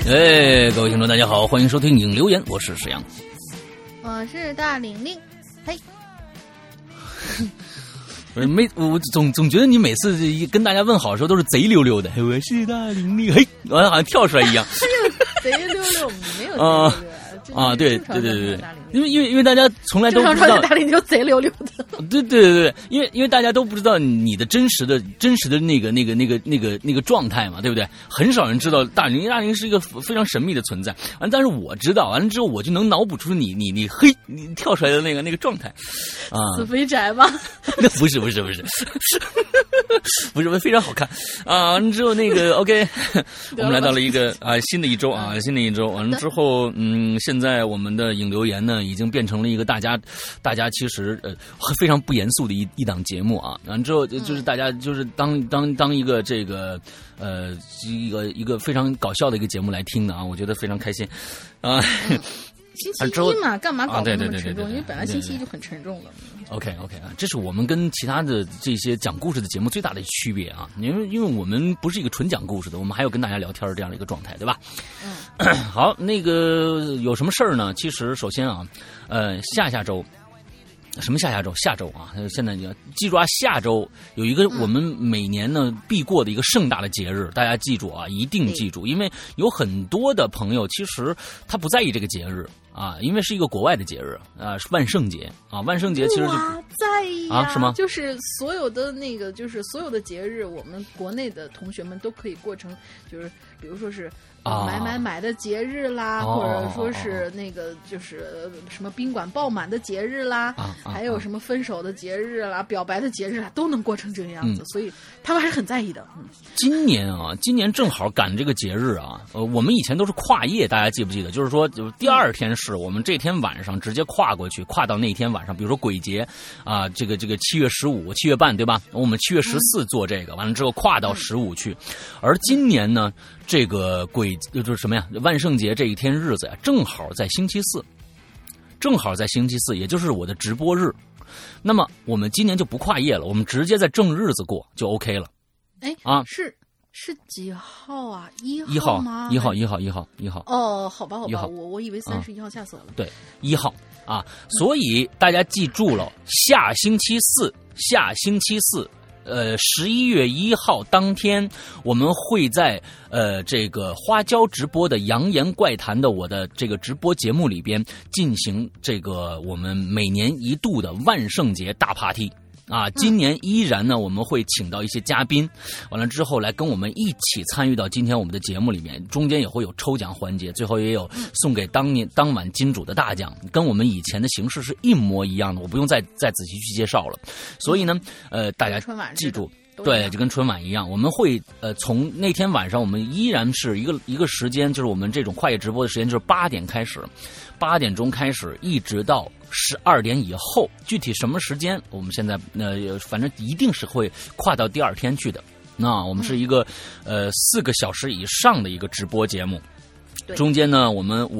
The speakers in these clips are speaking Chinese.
各位听众大家好，欢迎收听影留言，我是石阳， 我是大玲玲，嘿。 我总觉得你每次跟大家问好的时候都是贼溜溜的，我是大玲玲，嘿，好像跳出来一样。 贼溜溜，没有贼溜溜啊，对，因为大家从来都不知道大玲就贼溜溜的。 对，因为大家都不知道你的真实的那个状态嘛，对不对？很少人知道大玲是一个非常神秘的存在，但是我知道，完了之后我就能脑补出你跳出来的那个状态啊， 死肥宅吗？ 那不是，不是非常好看啊！完了之后那个 OK， 我们来到了一个新的一周啊，完了之后现在我们的影留言呢已经变成了一个大家其实非常不严肃的一档节目啊。完了之后就是大家就是当一个这个一个非常搞笑的一个节目来听的啊，我觉得非常开心啊。 星期一嘛，干嘛搞得那么沉重？因为本来星期一就很沉重了。 OK 啊，这是我们跟其他的这些讲故事的节目最大的区别啊，因为我们不是一个纯讲故事的，我们还有跟大家聊天这样的一个状态，对吧？好，那个有什么事儿呢？其实首先啊，下周。什么下周啊？现在你要记住啊，下周有一个我们每年呢必过的一个盛大的节日，大家记住啊，一定记住，因为有很多的朋友其实他不在意这个节日啊，因为是一个国外的节日啊，是万圣节啊，万圣节其实就在意啊，是吗？ 就是所有的就是所有的节日，我们国内的同学们都可以过成，就是比如说是。买的节日啦，或者说是那个就是什么宾馆爆满的节日啦，还有什么分手的节日啦、表白的节日啦，都能过成这个样子，所以他们还是很在意的。 今年正好赶这个节日啊，我们以前都是跨夜，大家记不记得？就是说，第二天是我们这天晚上直接跨过去，跨到那天晚上，比如说鬼节啊，这个7月15、7月半，对吧？我们7月14做这个，完了之后跨到15去，而今年呢？这个就是什么呀？万圣节这一天日子呀，正好在星期四，也就是我的直播日。那么我们今年就不跨夜了，我们直接在正日子过就 OK 了。 哎是几号啊？1号吗 ？1号。 哦，好吧，我以为31号，吓死我了。 对，1号啊，所以大家记住了，下星期四。11月1号当天，我们会在这个花椒直播的《扬言怪谈》的我的这个直播节目里边进行这个我们每年一度的万圣节大 party。啊，今年依然呢，我们会请到一些嘉宾，完了之后来跟我们一起参与到今天我们的节目里面，中间也会有抽奖环节，最后也有送给当晚金主的大奖，跟我们以前的形式是一模一样的，我不用再仔细去介绍了。所以呢，大家记住。对，就跟春晚一样，我们会从那天晚上，我们依然是一个时间，就是我们这种跨夜直播的时间，就是8点钟开始，一直到12点以后。具体什么时间，我们现在反正一定是会跨到第二天去的。那我们是一个4个小时以上的一个直播节目。中间呢，我们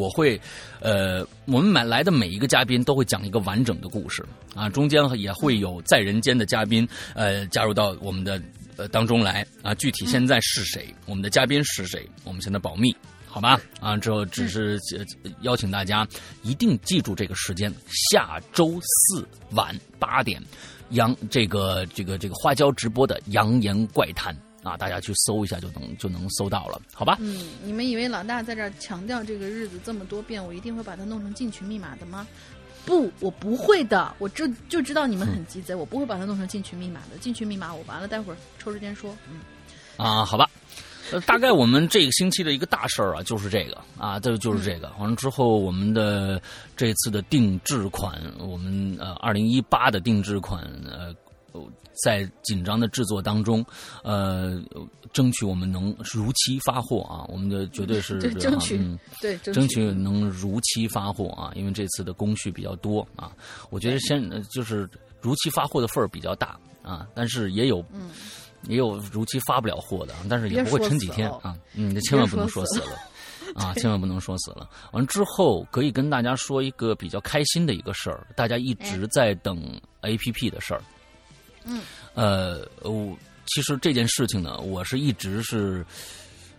来的每一个嘉宾都会讲一个完整的故事啊，中间也会有在人间的嘉宾加入到我们的当中来啊。具体现在是谁，我们的嘉宾是谁，我们现在保密，好吧？啊，之后只是邀请大家一定记住这个时间，下周4晚8点，这个花椒直播的《扬言怪谈》。啊，大家去搜一下就能搜到了，好吧？ 你们以为老大在这儿强调这个日子这么多遍，我一定会把它弄成进群密码的吗？不，我不会的。我就知道你们很鸡贼，我不会把它弄成进群密码的。进群密码我完了，待会儿抽时间说。 好吧。大概我们这个星期的一个大事儿啊，就是这个啊，就是这个。完了之后，我们的这次的定制款，我们2018的定制款，在紧张的制作当中，争取我们能如期发货啊！我们的绝对是争取能如期发货啊！因为这次的工序比较多啊，我觉得就是如期发货的份儿比较大啊，但是也有如期发不了货的，但是也不会撑几天啊！这千万不能说死了。啊，千万不能说死了。完之后可以跟大家说一个比较开心的一个事儿，大家一直在等 APP 的事儿。其实这件事情呢，我是一直是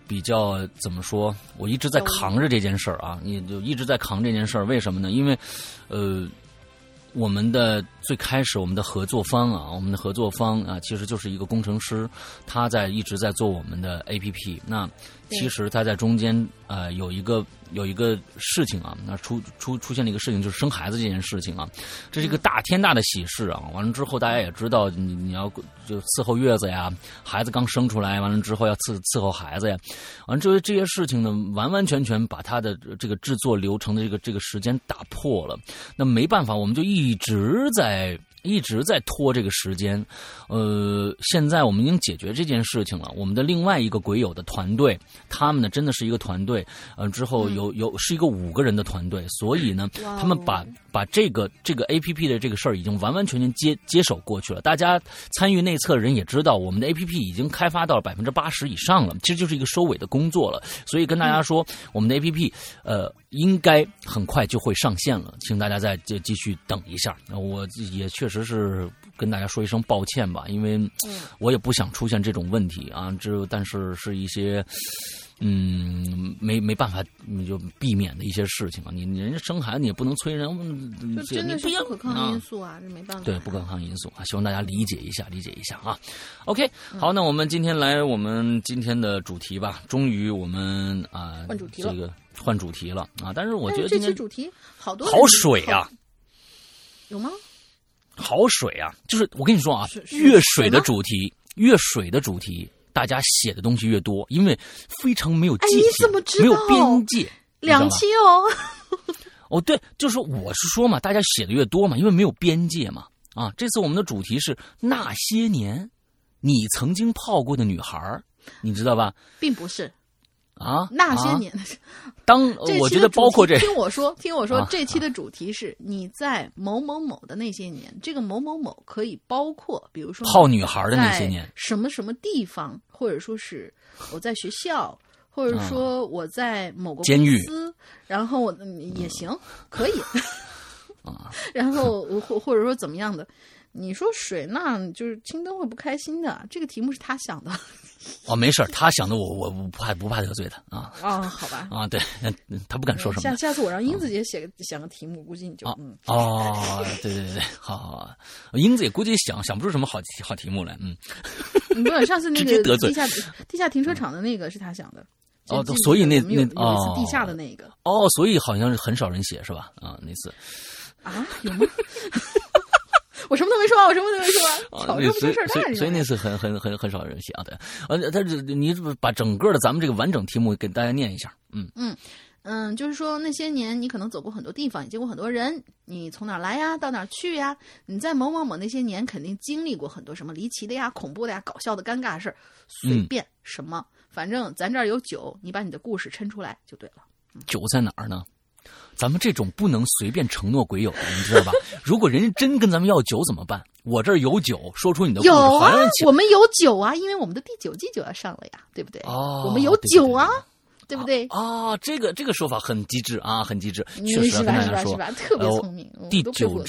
比较怎么说？我一直在扛着这件事儿啊，你就一直在扛这件事儿。为什么呢？因为，我们的最开始我们的合作方啊，其实就是一个工程师，他一直在做我们的 APP。那其实他在中间有一个事情啊，那出现了一个事情，就是生孩子这件事情啊，这是一个天大的喜事啊。完了之后，大家也知道，你要就伺候月子呀，孩子刚生出来，完了之后要伺候孩子呀，完了这些事情呢，完完全全把他的这个制作流程的这个时间打破了。那没办法，我们就一直在拖这个时间，现在我们已经解决这件事情了。我们的另外一个鬼友的团队，他们呢真的是一个团队，之后是一个5个人的团队，所以呢，他们把这个 APP 的这个事儿已经完完全全接手过去了。大家参与内测的人也知道，我们的 APP 已经开发到了80%以上了，其实就是一个收尾的工作了。所以跟大家说，我们的 APP 应该很快就会上线了，请大家再继续等一下。我也确实是跟大家说一声抱歉吧，因为我也不想出现这种问题啊，但是一些没办法你就避免的一些事情啊。你人家生孩子你也不能催人， 这真的是不可抗因素啊，这没办法。 对，不可抗因素啊，希望大家理解一下啊。OK， 好，那我们今天来我们今天的主题吧。终于我们换主题了， 这个换主题了啊。但是我觉得今天这期主题好多好水啊， 有吗？ 好水啊！就是我跟你说啊，越水的主题，大家写的东西越多，因为非常没有界限， 你怎么知道？ 没有边界 ，2期哦。 哦，对，就是我是说嘛，大家写的越多嘛，因为没有边界嘛。啊，这次我们的主题是那些年你曾经泡过的女孩，你知道吧？ 并不是。 啊， 那些年， 我觉得包括听我说，这期的主题是你在某某某的那些年，这个某某某可以包括，比如说泡女孩的那些年， 什么什么地方，或者说是我在学校，或者说我在某个公司，然后也行，可以，然后或者说怎么样的。你说水，那就是青灯会不开心的。这个题目是他想的。 哦，没事，他想的我不怕得罪他啊。 哦，好吧。 啊，对，他不敢说什么。 下次我让英子姐想个题目，估计你就哦，对，好，英子也估计想不出什么好题目来， 不是，上次那个地下停车场的那个是他想的。 哦，所以那有一次地下的那个。 哦，所以好像是很少人写是吧？啊，那次。 啊，有吗？我什么都没说啊，挑这么事儿， 所以那次很少人写啊，对，你把整个的咱们这个完整题目给大家念一下， 就是说那些年你可能走过很多地方，也见过很多人，你从哪儿来呀，到哪儿去呀？你在某某某那些年肯定经历过很多什么离奇的呀、恐怖的呀、搞笑的、尴尬的事儿，随便什么，反正咱这儿有酒，你把你的故事抻出来就对了。 酒在哪儿呢？咱们这种不能随便承诺鬼友的，你知道吧？如果人家真跟咱们要酒怎么办？我这儿有酒，说出你的故事。 有啊，我们有酒啊，因为我们的第9季就要上了呀，对不对？ 哦， 我们有酒啊。对不对？ 这个说法很机智啊，很机智，确实跟大家说，特别聪明。 第9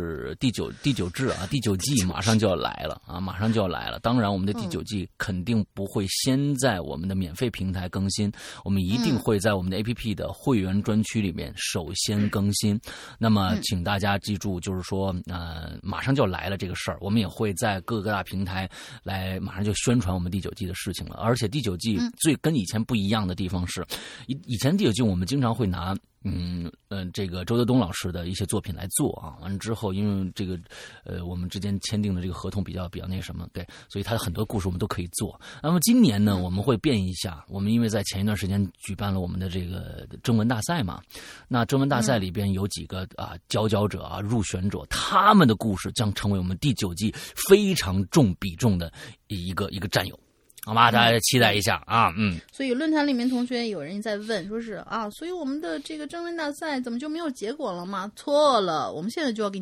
季马上就要来了啊，马上就要来了。当然，我们的第9季肯定不会先在我们的免费平台更新，我们一定会在我们的 APP 的会员专区里面首先更新。那么，请大家记住，就是说，马上就要来了这个事儿，我们也会在各个大平台来马上就宣传我们第9季的事情了。而且第9季最跟以前不一样的地方是，以前第9季我们经常会拿这个周德东老师的一些作品来做啊，完了之后因为这个我们之间签订的这个合同比较那什么，对，所以他的很多故事我们都可以做。那么今年呢，我们会变一下，我们因为在前一段时间举办了我们的这个征文大赛嘛，那征文大赛里边有几个佼佼者啊、入选者，他们的故事将成为我们第9季非常重比重的一个战友。好吧，大家期待一下啊， 所以论坛里面同学有人在问，说是所以我们的这个征文大赛怎么就没有结果了吗？错了，我们现在就要给你们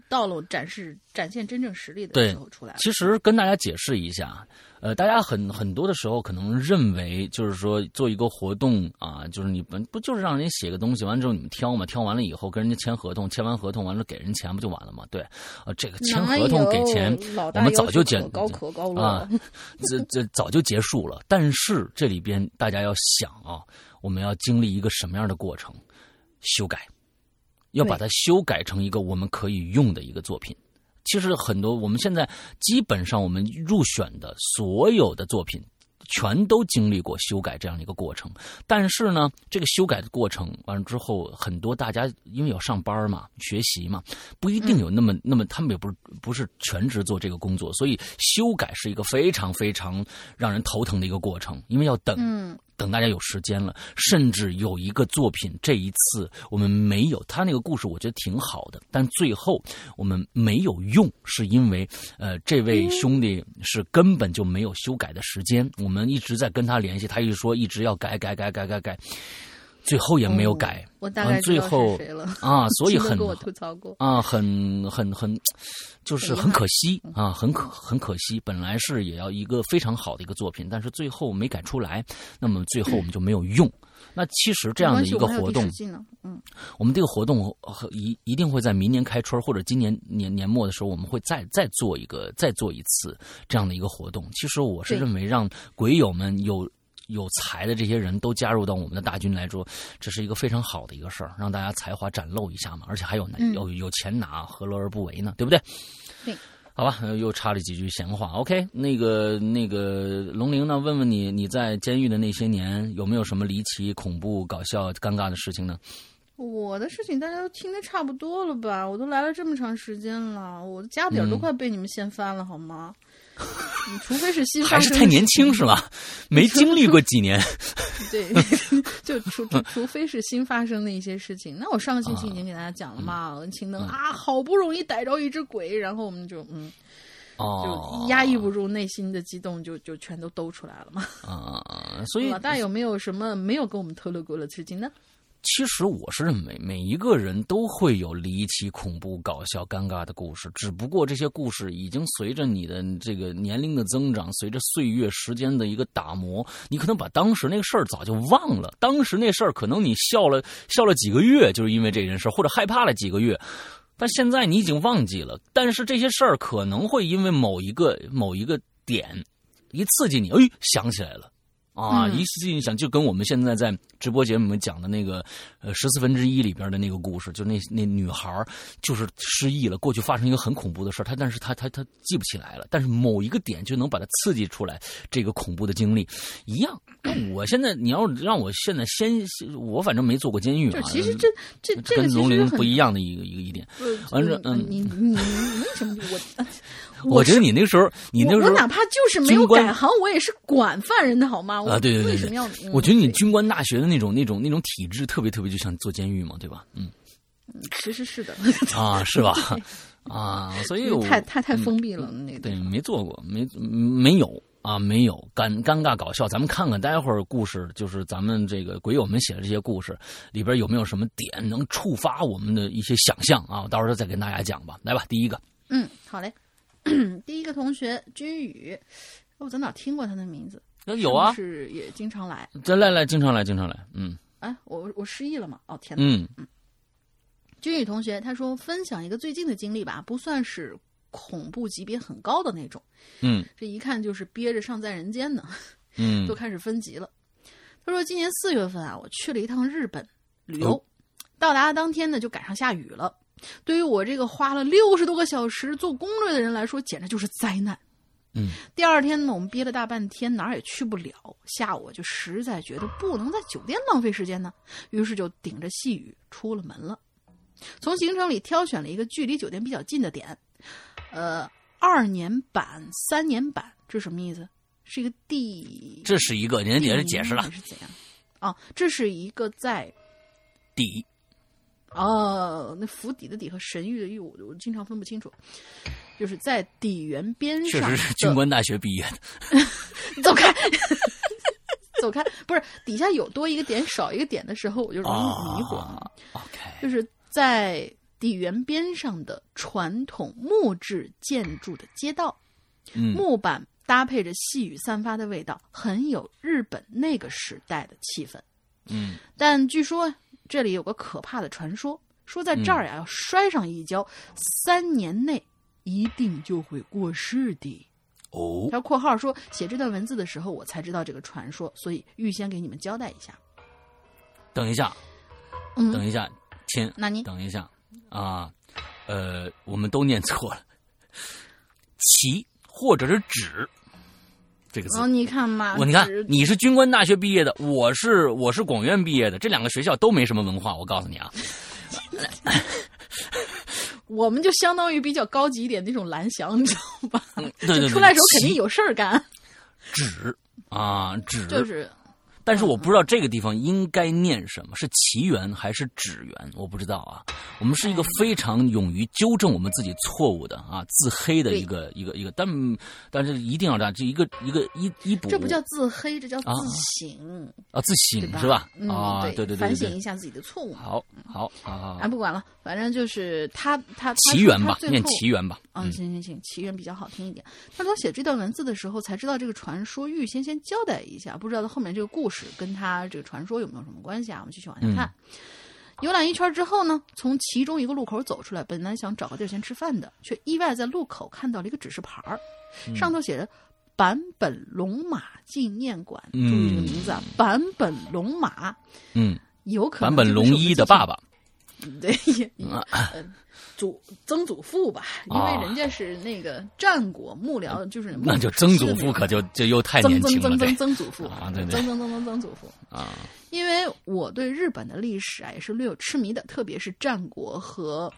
到了展现真正实力的时候出来了。 其实跟大家解释一下，大家很多的时候可能认为就是说做一个活动啊，就是你不就是让人写个东西，完了之后你们挑嘛，挑完了以后跟人家签合同，签完合同完了给人钱不就完了吗？对，这个签合同给钱，我们早就高可高乐啊，这早就结束了。但是这里边大家要想啊，我们要经历一个什么样的过程？修改，要把它修改成一个我们可以用的一个作品。其实很多我们现在基本上我们入选的所有的作品全都经历过修改这样的一个过程，但是呢，这个修改的过程完了之后，很多大家因为有上班嘛、学习嘛，不一定有那么他们也不是全职做这个工作，所以修改是一个非常非常让人头疼的一个过程，因为要等大家有时间了，甚至有一个作品这一次我们没有，他那个故事我觉得挺好的，但最后我们没有用，是因为这位兄弟是根本就没有修改的时间，我们一直在跟他联系，他一直说一直要改，最后也没有改。 我大概知道是谁了啊，所以跟我吐槽过啊，很就是很可惜啊，很可惜。本来是也要一个非常好的一个作品，但是最后没改出来，那么最后我们就没有用。那其实这样的一个活动，我们这个活动一定会在明年开春或者今年年末的时候，我们会再做一次这样的一个活动。其实我是认为让鬼友们有才的这些人都加入到我们的大军来说，这是一个非常好的一个事儿，让大家才华展露一下嘛，而且还有钱拿，何乐而不为呢？对不对？ 对。 好吧，又插了几句闲话。OK， 那个龙玲呢？问问你在监狱的那些年，有没有什么离奇、恐怖、搞笑、尴尬的事情呢？ 我的事情大家都听得差不多了吧？我都来了这么长时间了，我的家底儿都快被你们掀翻了，好吗？除非是新发生， 还是太年轻是吧？没经历过几年。 对，就除非是新发生的一些事情。那我上个星期已经给大家讲了嘛，青灯好不容易逮着一只鬼，然后我们就压抑不住内心的激动，就全都兜出来了嘛。 所以老大有没有什么没有跟我们透露过的事情呢？ 其实我是认为每一个人都会有离奇、恐怖、搞笑、尴尬的故事，只不过这些故事已经随着你的这个年龄的增长，随着岁月时间的一个打磨，你可能把当时那个事儿早就忘了。当时那事儿可能你笑了几个月，就是因为这件事，或者害怕了几个月，但现在你已经忘记了。但是这些事儿可能会因为某一个点一刺激你，想起来了。一心想就跟我们现在在直播节目里面讲的那个1/14里边的那个故事，就那女孩就是失忆了，过去发生一个很恐怖的事，但是她记不起来了，但是某一个点就能把它刺激出来，这个恐怖的经历一样。我现在你要让我现在我反正没做过监狱啊， 其实这跟龙玲不一样的一点。完了， 你为什么我觉得你那个时候， 我哪怕就是没有改行，我也是管犯人的好吗？ 对， 为什么要？ 我觉得你军官大学的那种体制特别特别，就像做监狱嘛，对吧？ 其实是的是吧？所以太封闭了，那个对，没做过，没有啊，没有尴尬搞笑。咱们看看待会儿故事，就是咱们这个鬼友们写的这些故事里边有没有什么点能触发我们的一些想象啊？到时候再跟大家讲吧。来吧，第一个， 好嘞。第一个同学君宇，我在哪听过他的名字？ 有啊， 是也经常来。 来，经常来。 我失忆了嘛？哦天哪！君宇同学他说分享一个最近的经历吧，不算是恐怖级别很高的那种。这一看就是憋着上在人间呢。都开始分级了。他说今年4月份啊，我去了一趟日本旅游，到达当天呢就赶上下雨了。对于我这个花了60多个小时做攻略的人来说，简直就是灾难。第二天呢，我们憋了大半天，哪儿也去不了。下午我就实在觉得不能在酒店浪费时间呢，于是就顶着细雨出了门了。从行程里挑选了一个距离酒店比较近的点，2年版、3年版，这什么意思？是一个这是一个人家解释了是怎样？这是一个在底。 那府邸的底和神域的域，我经常分不清楚。就是在底园边上， 确实是军官大学毕业的。 走开，走开！不是底下有多一个点少一个点的时候，我就容易迷惑。 OK， 就是在底园边上的传统木质建筑的街道，木板搭配着细雨散发的味道，很有日本那个时代的气氛。但据说这里有个可怕的传说，说在这儿呀要摔上一跤，3年内一定就会过世的。他括号说写这段文字的时候我才知道这个传说，所以预先给你们交代一下。 等一下，等一下，亲， 那你等一下啊，我们都念错了，旗或者是纸这个字。 你看嘛， 你看你是军官大学毕业的，我是广院毕业的，这2个学校都没什么文化，我告诉你啊。 我们就相当于比较高级一点那种蓝翔，你知道吧？ 对， 出来的时候肯定有事儿干。 纸啊，纸就是。 但是我不知道这个地方应该念什么，是旗园还是纸园，我不知道啊。我们是一个非常勇于纠正我们自己错误的啊，自黑的一个，但是一定要这样，这一补。 这不叫自黑，这叫自省啊，自省是吧？对， 反省一下自己的错误。 好， 不管了，反正就是他旗园吧，念旗园吧。 行，旗园比较好听一点。他说写这段文字的时候才知道这个传说，预先交代一下，不知道他后面这个故事跟他这个传说有没有什么关系啊？我们继续往下看。游览一圈之后呢，从其中一个路口走出来，本来想找个地儿先吃饭的，却意外在路口看到了一个指示牌儿，上头写着坂本龙马纪念馆。注意这个名字啊，坂本龙马。有可能坂本龙一的爸爸。 对，曾祖父吧，因为人家是那个战国幕僚，就是那就曾祖父可就又太年轻了。 曾祖父啊，对， 曾祖父啊。因为我对日本的历史啊也是略有痴迷的，特别是战国和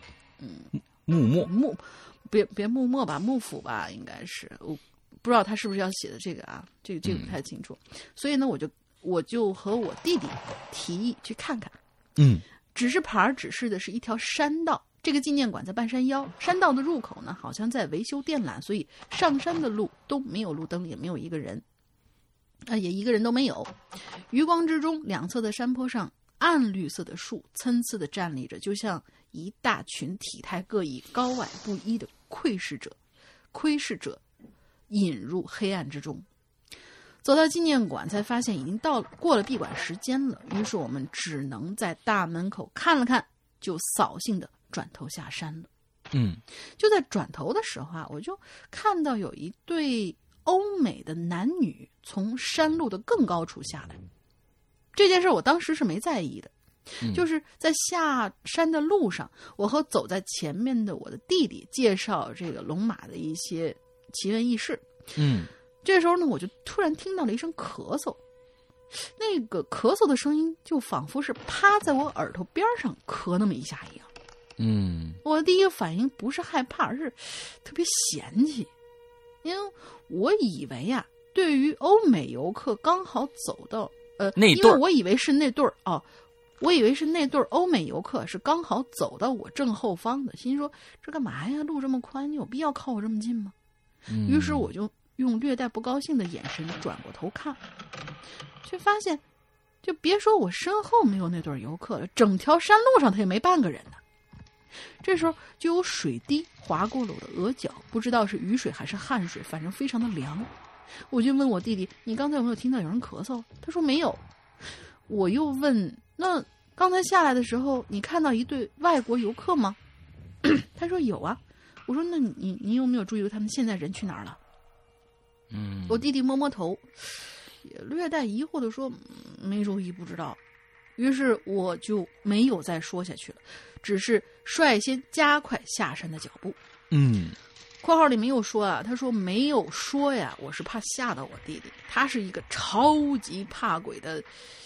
别幕末吧，幕府吧，应该是我不知道他是不是要写的这个啊，这个不太清楚。所以呢，我就和我弟弟提议去看看。指示牌指示的是一条山道，这个纪念馆在半山腰，山道的入口呢好像在维修电缆，所以上山的路都没有路灯，也没有一个人，也一个人都没有。余光之中，两侧的山坡上暗绿色的树参差的站立着，就像一大群体态各异、高矮不一的窥视者引入黑暗之中。走到纪念馆才发现已经过了闭馆时间了，于是我们只能在大门口看了看，就扫兴的转头下山了。就在转头的时候啊，我就看到有一对欧美的男女从山路的更高处下来。这件事我当时是没在意的，就是在下山的路上，我和走在前面的我的弟弟介绍这个龙马的一些奇闻异事。这时候呢，我就突然听到了一声咳嗽，那个咳嗽的声音就仿佛是趴在我耳朵边上咳那么一下一样。我第一个反应不是害怕，而是特别嫌弃，因为我以为啊，对于欧美游客刚好走到那对， 因为我以为是那对我以为是那对欧美游客是刚好走到我正后方的，心说这干嘛呀？路这么宽，你有必要靠我这么近吗？于是我就用略带不高兴的眼神转过头看，却发现，就别说我身后没有那对游客了，整条山路上他也没半个人呢。这时候就有水滴划过了我的额角，不知道是雨水还是汗水，反正非常的凉。我就问我弟弟：“你刚才有没有听到有人咳嗽？”他说没有。我又问：“那刚才下来的时候，你看到一对外国游客吗？”他说有啊。我说：“那你有没有注意他们现在人去哪儿了？”我弟弟摸摸头，也略带疑惑的说：“没注意，不知道。”于是我就没有再说下去了，只是率先加快下山的脚步。括号里没有说啊，他说没有说呀，我是怕吓到我弟弟，他是一个超级怕鬼的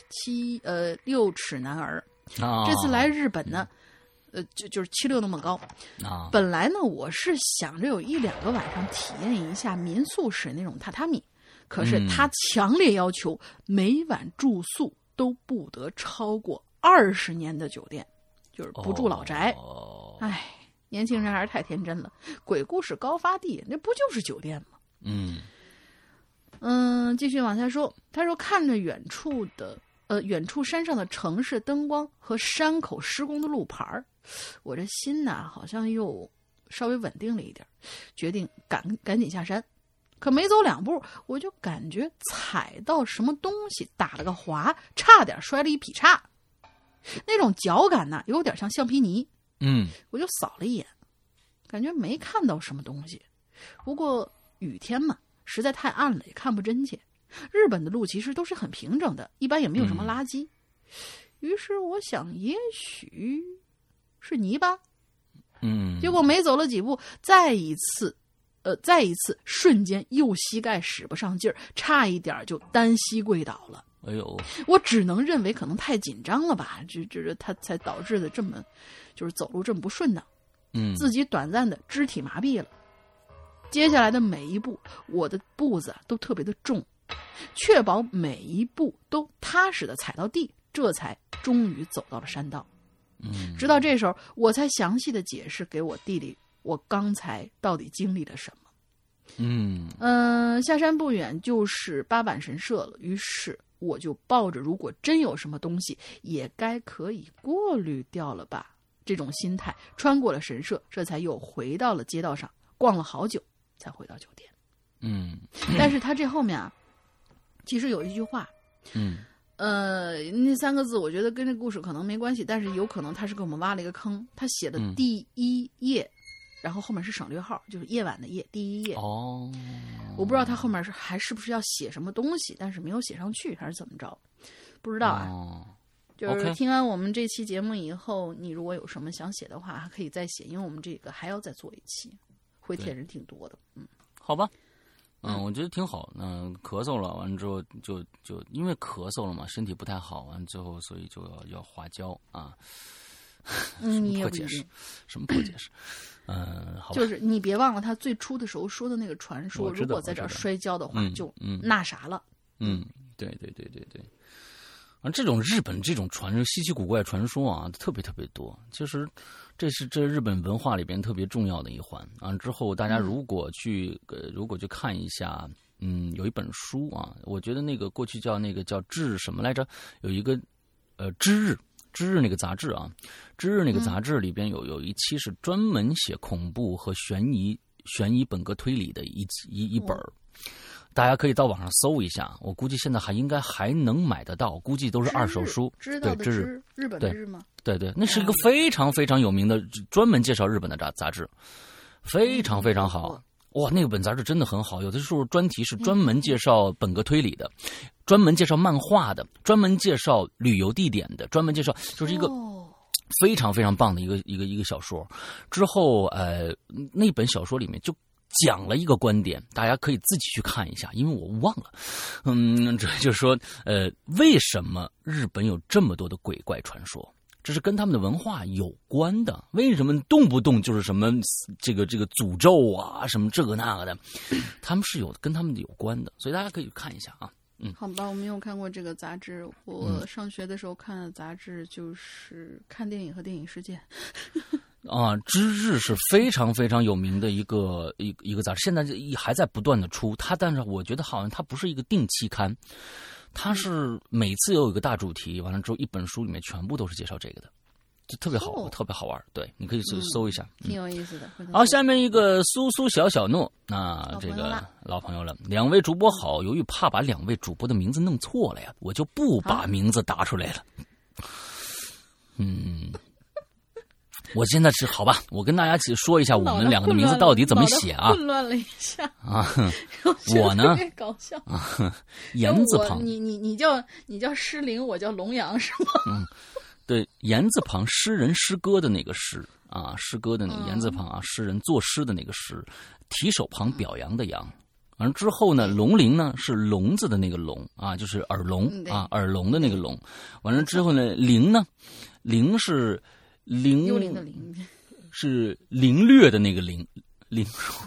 6尺男儿。这次来日本呢，就是76那么高。本来呢，我是想着有1-2个晚上体验一下民宿式那种榻榻米，可是他强烈要求每晚住宿都不得超过20年的酒店，就是不住老宅。唉，年轻人还是太天真了，鬼故事高发地，那不就是酒店吗？继续往下说，他说看着远处的远处山上的城市灯光和山口施工的路牌儿，我这心呐好像又稍微稳定了一点，决定赶紧下山。可没走2步，我就感觉踩到什么东西，打了个滑，差点摔了一劈叉。那种脚感呢，有点像橡皮泥。我就扫了一眼，感觉没看到什么东西。不过雨天嘛，实在太暗了，也看不真切。日本的路其实都是很平整的，一般也没有什么垃圾。于是我想，也许是泥巴。结果没走了几步，再一次瞬间右膝盖使不上劲儿，差一点就单膝跪倒了。 哎呦！ 我只能认为可能太紧张了吧，这他才导致的这么，就是走路这么不顺当。自己短暂的肢体麻痹了。接下来的每一步，我的步子都特别的重，确保每一步都踏实的踩到地，这才终于走到了山道。直到这时候，我才详细的解释给我弟弟，我刚才到底经历了什么。下山不远就是八坂神社了，于是我就抱着如果真有什么东西，也该可以过滤掉了吧这种心态，穿过了神社，这才又回到了街道上，逛了好久才回到酒店。但是他这后面啊，其实有一句话，那3个字我觉得跟这故事可能没关系，但是有可能他是给我们挖了一个坑。他写的第1页，然后后面是省略号，就是夜晚的夜，第1页。我不知道他后面还是不是要写什么东西，但是没有写上去，还是怎么着，不知道啊。就是听完我们这期节目以后，你如果有什么想写的话，还可以再写，因为我们这个还要再做一期，会帖人挺多的。 好吧。我觉得挺好。咳嗽了，完了之后就因为咳嗽了嘛，身体不太好，完了之后所以就要花椒啊。 你也不一定。 什么破解释？好吧。 就是你别忘了他最初的时候说的那个传说，如果在这儿摔跤的话，就那啥了。 对。这种日本这种稀奇古怪传说啊，特别特别多。其实这是日本文化里边特别重要的一环啊。之后大家如果去看一下，有一本书啊，我觉得那个过去叫志什么来着？有一个知日那个杂志啊，知日那个杂志里边有一期是专门写恐怖和悬疑本格推理的一本。大家可以到网上搜一下，我估计现在应该还能买得到，估计都是二手书。 知道的知，日本的日吗？ 对，那是一个非常非常有名的，专门介绍日本的杂志，非常非常好。哇，那个本杂志真的很好，有的时候专题是专门介绍本格推理的，专门介绍漫画的，专门介绍旅游地点的，专门介绍就是一个非常非常棒的一个小说。之后那本小说里面就讲了一个观点，大家可以自己去看一下，因为我忘了。这就是说，为什么日本有这么多的鬼怪传说？这是跟他们的文化有关的。为什么动不动就是什么这个诅咒啊，什么这个那个的，他们是跟他们有关的，所以大家可以看一下啊。 好吧，我没有看过这个杂志。我上学的时候看的杂志就是看电影和电影世界。 知日是非常非常有名的一个杂志，现在还在不断的出它，但是我觉得好像它不是一个定期刊，它是每次有一个大主题，完了之后一本书里面全部都是介绍这个的，就特别好，特别好玩。对，你可以搜一下， 挺有意思的。 好，下面一个苏小诺，这个老朋友了。2位主播好，由于怕把2位主播的名字弄错了呀，我就不把名字打出来了。我现在是好吧，我跟大家说一下我们2个的名字到底怎么写啊？ 混乱了一下啊！我呢， 搞笑言字旁， 你叫诗龄，我叫龙阳是吗？ 对，言字旁，诗人诗歌的那个诗啊，诗歌的那个言字旁啊，诗人作诗的那个诗，提手旁表扬的扬。完之后呢，龙鳞呢是聋子的那个聋啊，就是耳聋啊，耳聋的那个聋。完了之后呢，灵是幽灵的灵， 是凌虐的那个凌虐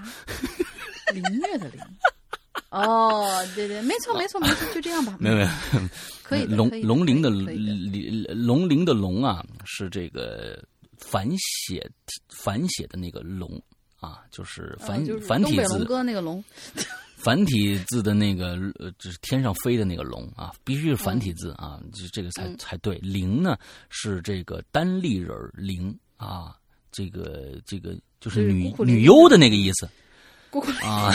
的凌。对，没错，就这样吧。 没有， 可以。 龙鳞的龙啊，是这个反写的那个龙啊，就是繁体字。 东北龙哥那个龙。 繁体字的那个就是天上飞的那个龙啊，必须是繁体字啊，这个才对。灵呢是这个单立人灵啊，这个就是女优的那个意思啊。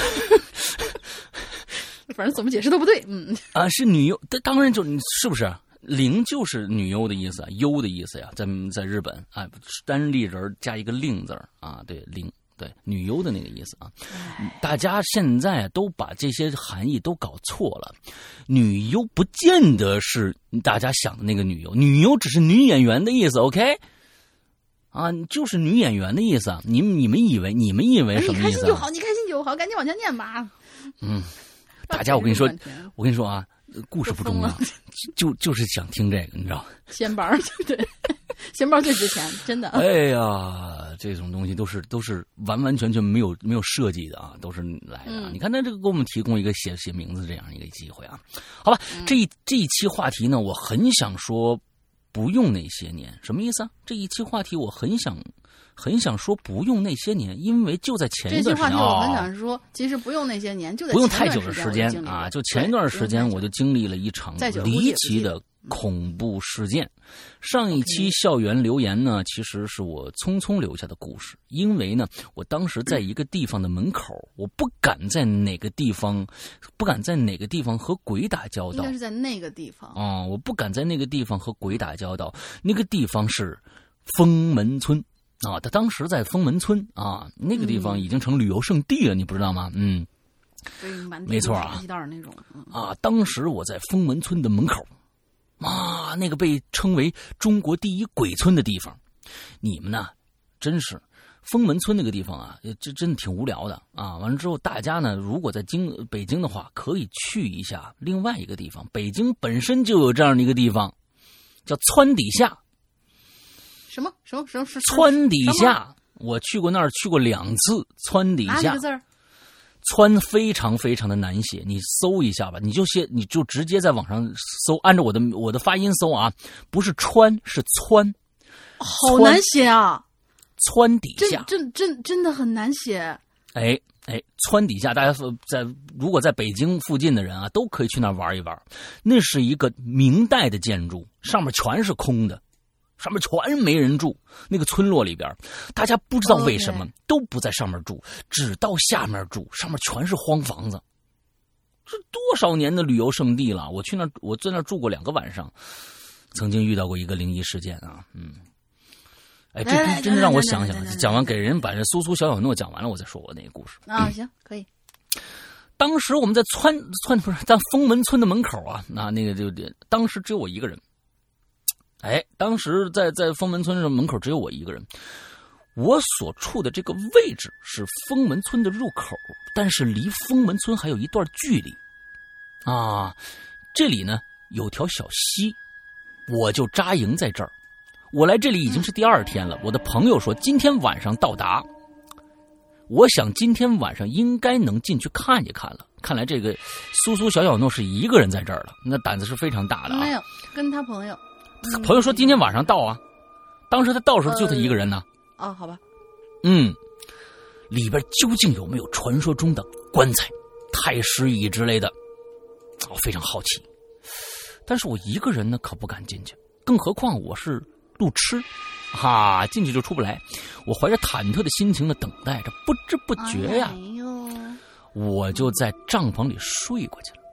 反正怎么解释都不对， 是女优，当然是不是灵就是女优的意思啊，优的意思呀，在日本啊，单立人加一个令字啊，对，灵。对，女优的那个意思啊，大家现在都把这些含义都搞错了。女优不见得是大家想的那个女优，女优只是女演员的意思 ，OK？ 啊，就是女演员的意思啊。你们以为什么意思、啊？ 你开心就好，你开心就好，赶紧往下念吧。 大家我跟你说啊，故事不重要，就是想听这个，你知道？ 闲班对。钱包最值钱，真的。 哎呀，这种东西都是完完全全没有设计的啊，都是来的啊。你看，他这个给我们提供一个写名字这样一个机会啊。好吧，这一期话题呢，我很想说不用那些年，什么意思啊？这一期话题我很想说不用那些年，因为就在前一段时间， 这期话题我很想说，其实不用那些年，就在不用太久的时间啊，就前一段时间我就经历了一场离奇的恐怖事件。上一期校园留言呢，其实是我匆匆留下的故事，因为呢，我当时在一个地方的门口，我不敢在哪个地方和鬼打交道。 应该是在那个地方啊，我不敢在那个地方和鬼打交道。那个地方是封门村啊，他当时在封门村啊，那个地方已经成旅游胜地了，你不知道吗？没错啊，啊，当时我在封门村的门口。啊，那个被称为中国第一鬼村的地方，你们呢，真是封门村那个地方啊，这真的挺无聊的啊。完了之后，大家呢，如果在北京的话，可以去一下另外一个地方。北京本身就有这样的一个地方，叫川底下。 什么？ 川底下，我去过那儿，去过2次。川底下。 哪几个字儿？ 川非常非常的难写，你搜一下吧，你就直接在网上搜，按照我的发音搜啊，不是川是川， 好难写啊！ 川底下， 真的很难写。 哎，川底下，大家如果在北京附近的人啊，都可以去那儿玩一玩。那是一个明代的建筑，上面全是空的。上面全没人住，那个村落里边，大家不知道为什么都不在上面住，只到下面住，上面全是荒房子。这多少年的旅游胜地了，我在那住过2个晚上，曾经遇到过一个灵异事件啊，哎，这真的让我想想，讲完给人把这苏苏小小诺讲完了，我再说我那个故事啊，行，可以。 当时我们在不是在封门村的门口啊，那个就当时只有我一个人。哎，当时在封门村的门口只有我一个人，我所处的这个位置是封门村的入口，但是离封门村还有一段距离啊。这里呢有条小溪，我就扎营在这儿。我来这里已经是第2天了，我的朋友说今天晚上到达，我想今天晚上应该能进去看一看了。看来这个苏苏小小诺是一个人在这儿了，那胆子是非常大的啊。 没有，跟他朋友。 朋友说今天晚上到啊，当时他到时候就他一个人呢。 好吧。 里边究竟有没有传说中的棺材、太师椅之类的？我非常好奇。但是我一个人呢，可不敢进去，更何况我是路痴，进去就出不来。我怀着忐忑的心情呢，等待着，不知不觉呀，我就在帐篷里睡过去了。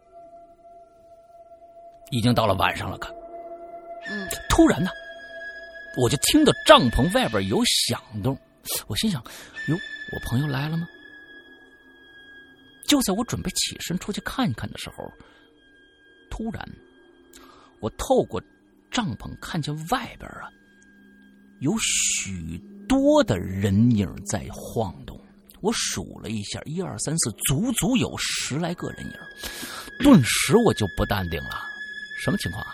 已经到了晚上了，看。突然呢，我就听到帐篷外边有响动，我心想，哟，我朋友来了吗？就在我准备起身出去看一看的时候，突然我透过帐篷看见外边啊有许多的人影在晃动。我数了一下，1、2、3、4，足有10来个人影。顿时我就不淡定了，什么情况啊？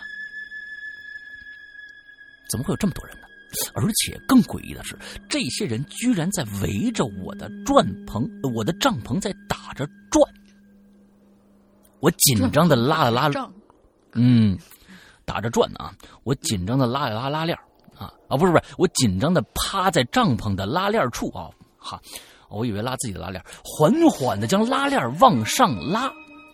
怎么会有这么多人呢？而且更诡异的是，这些人居然在围着我的帐篷在打着转。我紧张的拉了拉，打着转啊！我紧张的拉了拉拉链不是，我紧张的趴在帐篷的拉链处啊， 我以为拉自己的拉链，缓缓的将拉链往上拉，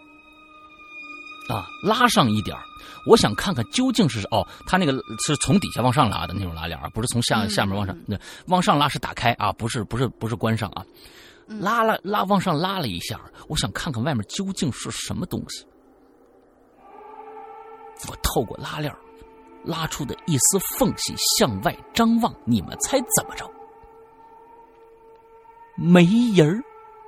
拉上一点。我想看看究竟是他那个是从底下往上拉的那种拉链啊，不是从下面往上，往上拉是打开啊，不是关上啊。往上拉了一下，我想看看外面究竟是什么东西。我透过拉链拉出的一丝缝隙向外张望，你们猜怎么着？没人儿。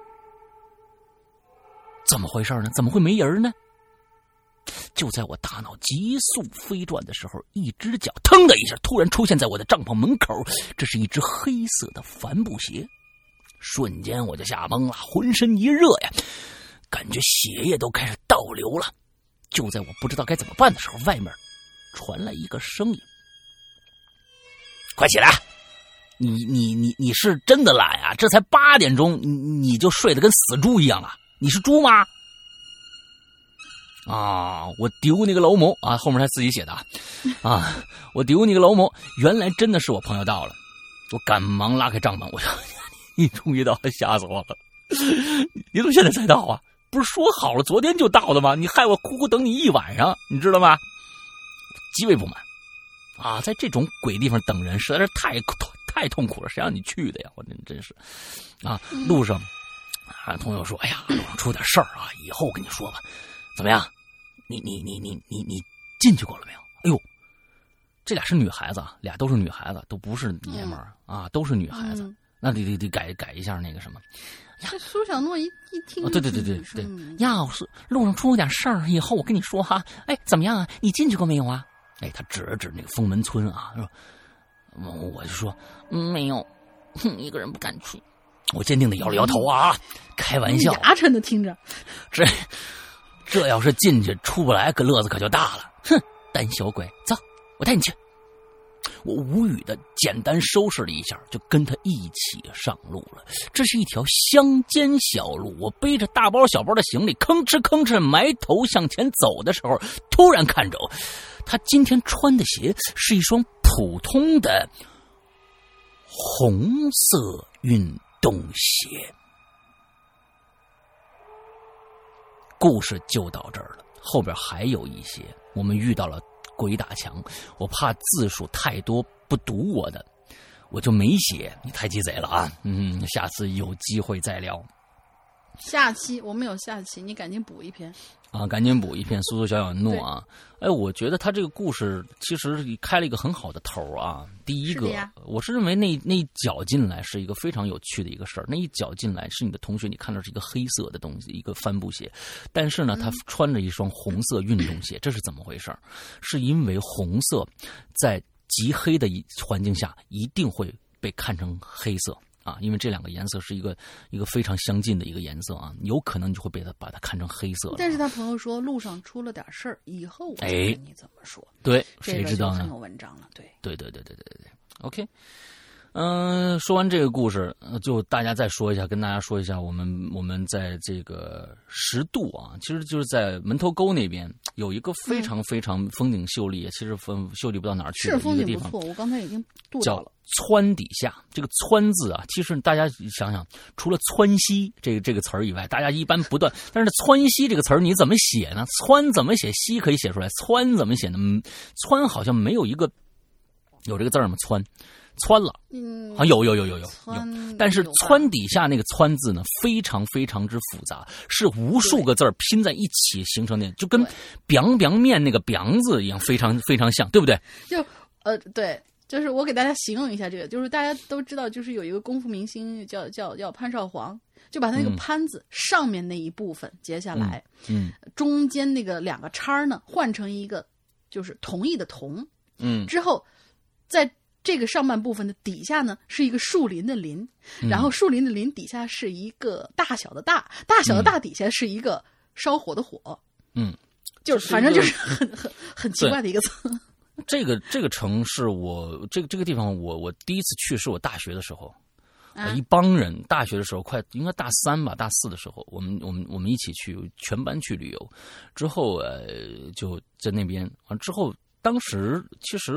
怎么回事呢？怎么会没人呢？就在我大脑急速飞转的时候，一只脚腾的一下突然出现在我的帐篷门口，这是一只黑色的帆布鞋。瞬间我就吓懵了，浑身一热呀，感觉血液都开始倒流了。就在我不知道该怎么办的时候，外面传来一个声音：快起来，你是真的懒啊，这才8点钟你就睡得跟死猪一样了，你是猪吗？我丢你个老母啊！后面他自己写的我丢你个老母！原来真的是我朋友到了，我赶忙拉开帐篷，我说你终于到了，吓死我了！你怎么现在才到啊？不是说好了昨天就到的吗？你害我苦苦等你一晚上，你知道吗？极为不满在这种鬼地方等人实在是太痛苦了，谁让你去的呀？我真是路上朋友说，哎呀，路上出点事儿以后跟你说吧。怎么样？你进去过了没有？哎呦，这俩是女孩子，俩都是女孩子，都不是爷们儿都是女孩子。那得改一下那个什么。 这苏小诺一听， 对，要是路上出点事儿，以后我跟你说哈。哎，怎么样啊？你进去过没有啊？哎，他指了指那个封门村说，我就说没有，一个人不敢去。我坚定的摇了摇头开玩笑， 牙碜的听着， 这要是进去出不来，乐子可就大了。哼，胆小鬼，走，我带你去。我无语的简单收拾了一下，就跟他一起上路了。这是一条乡间小路，我背着大包小包的行李，吭哧埋头向前走的时候，突然看着他今天穿的鞋是一双普通的红色运动鞋。故事就到这儿了，后边还有一些。我们遇到了鬼打墙，我怕字数太多不读我的，我就没写。你太鸡贼了下次有机会再聊。 下期我们有下期，你赶紧补一篇赶紧补一篇苏苏小小怒哎，我觉得他这个故事其实开了一个很好的头第一个，我是认为那一脚进来是一个非常有趣的一个事儿。那一脚进来是你的同学，你看到是一个黑色的东西，一个帆布鞋，但是呢，他穿着一双红色运动鞋，这是怎么回事？是因为红色在极黑的环境下一定会被看成黑色。因为这两个颜色是一个非常相近的一个颜色有可能你就会把它看成黑色了。 但是他朋友说路上出了点事儿，以后我跟你怎么说？ 对，谁知道呢？ 很有文章了，对。 OK， 说完这个故事，就大家再说一下，跟大家说一下，我们在这个10渡其实就是在门头沟那边有一个非常非常风景秀丽，其实秀丽不到哪儿去的一个地方， 是风景不错，我刚才已经渡到了。 湍底下，这个湍字其实大家想想，除了湍溪这个词儿以外，大家一般不断。但是湍溪这个词儿你怎么写呢？湍怎么写？溪可以写出来，湍怎么写呢？湍好像没有一个有这个字吗？湍了，有。但是湍底下那个湍字呢，非常非常之复杂，是无数个字拼在一起形成的，就跟 biang 面那个 biang 字一样，非常非常像，对不对？ 对。就是我给大家形容一下这个，就是大家都知道，就是有一个功夫明星叫潘少皇，就把他那个潘字上面那一部分截下来，中间那个2个叉呢换成一个就是同意的同，之后在这个上半部分的底下呢是一个树林的林，然后树林的林底下是一个大小的大，大小的大底下是一个烧火的火，就是反正就是很奇怪的一个词。 这个城市我这个地方我第一次去是我大学的时候，一帮人大学的时候应该大3吧大4的时候，我们一起去全班去旅游，之后就在那边之后当时其实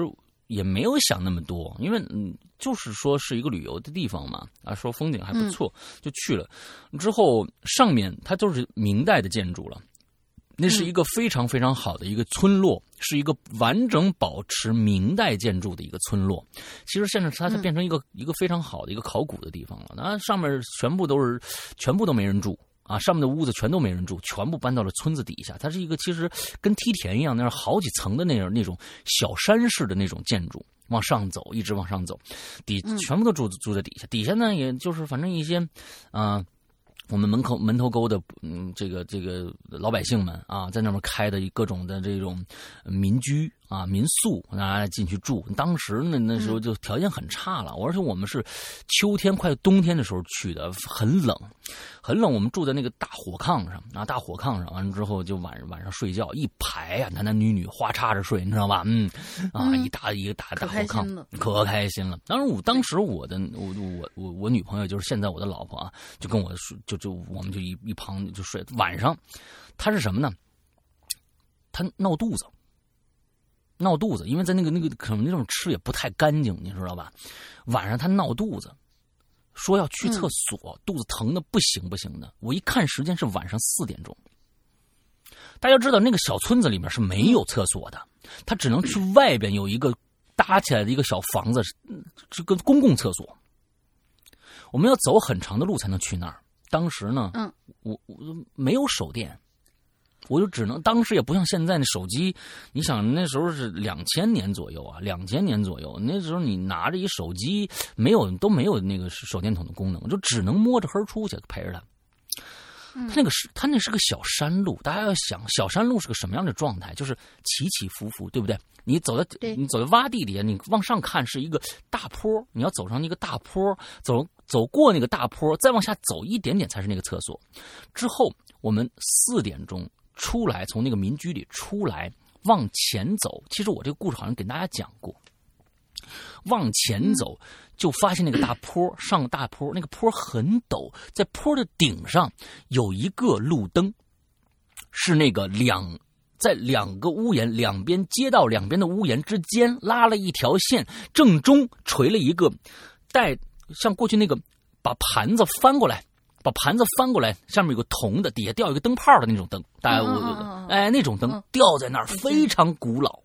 也没有想那么多，因为就是说是一个旅游的地方嘛，啊，说风景还不错，就去了。之后上面它都是明代的建筑了。那是一个非常非常好的一个村落，是一个完整保持明代建筑的一个村落。其实现在它变成一个非常好的一个考古的地方了。那上面全部都没人住啊，上面的屋子全都没人住，全部搬到了村子底下。它是一个其实跟梯田一样，那是好几层的那种小山式的那种建筑，往上走，一直往上走，全部都住在底下。底下呢，也就是反正一些我们门头沟的这个老百姓们啊，在那边开的各种的这种民居啊、民宿，大家进去住。当时那时候就条件很差了，而且我们是秋天快冬天的时候去的，很冷，很冷。我们住在那个大火炕上啊，大火炕上，完了之后就晚上睡觉，一排啊，男男女女花插着睡，你知道吧？一个大火炕，可开心了。当时我女朋友就是现在我的老婆啊，就跟我说，就我们就一旁就睡。晚上她是什么呢？她闹肚子，因为在那个可能那种吃也不太干净，你知道吧？晚上她闹肚子，说要去厕所，肚子疼的不行的。我一看时间是晚上4点钟。大家知道那个小村子里面是没有厕所的，她只能去外边有一个搭起来的一个小房子，这个公共厕所。我们要走很长的路才能去那儿。当时呢，我没有手电，我就只能，当时也不像现在的手机，你想那时候是2000年左右啊，2000年左右，那时候你拿着一手机都没有那个手电筒的功能，我就只能摸着黑出去陪着他。他那是个小山路，大家要想小山路是个什么样的状态，就是起起伏伏，对不对？你走在洼地底下，你往上看是一个大坡，你要走上一个大坡，走过那个大坡，再往下走一点点才是那个厕所。之后我们4点钟出来，从那个民居里出来，往前走。其实我这个故事好像给大家讲过。往前走，就发现那个大坡，上大坡，那个坡很陡，在坡的顶上有一个路灯，是那个在2个屋檐两边街道两边的屋檐之间拉了一条线，正中垂了一个像过去那个把盘子翻过来，下面有个铜的，底下吊一个灯泡的那种灯，大家那种灯吊在那儿，非常古老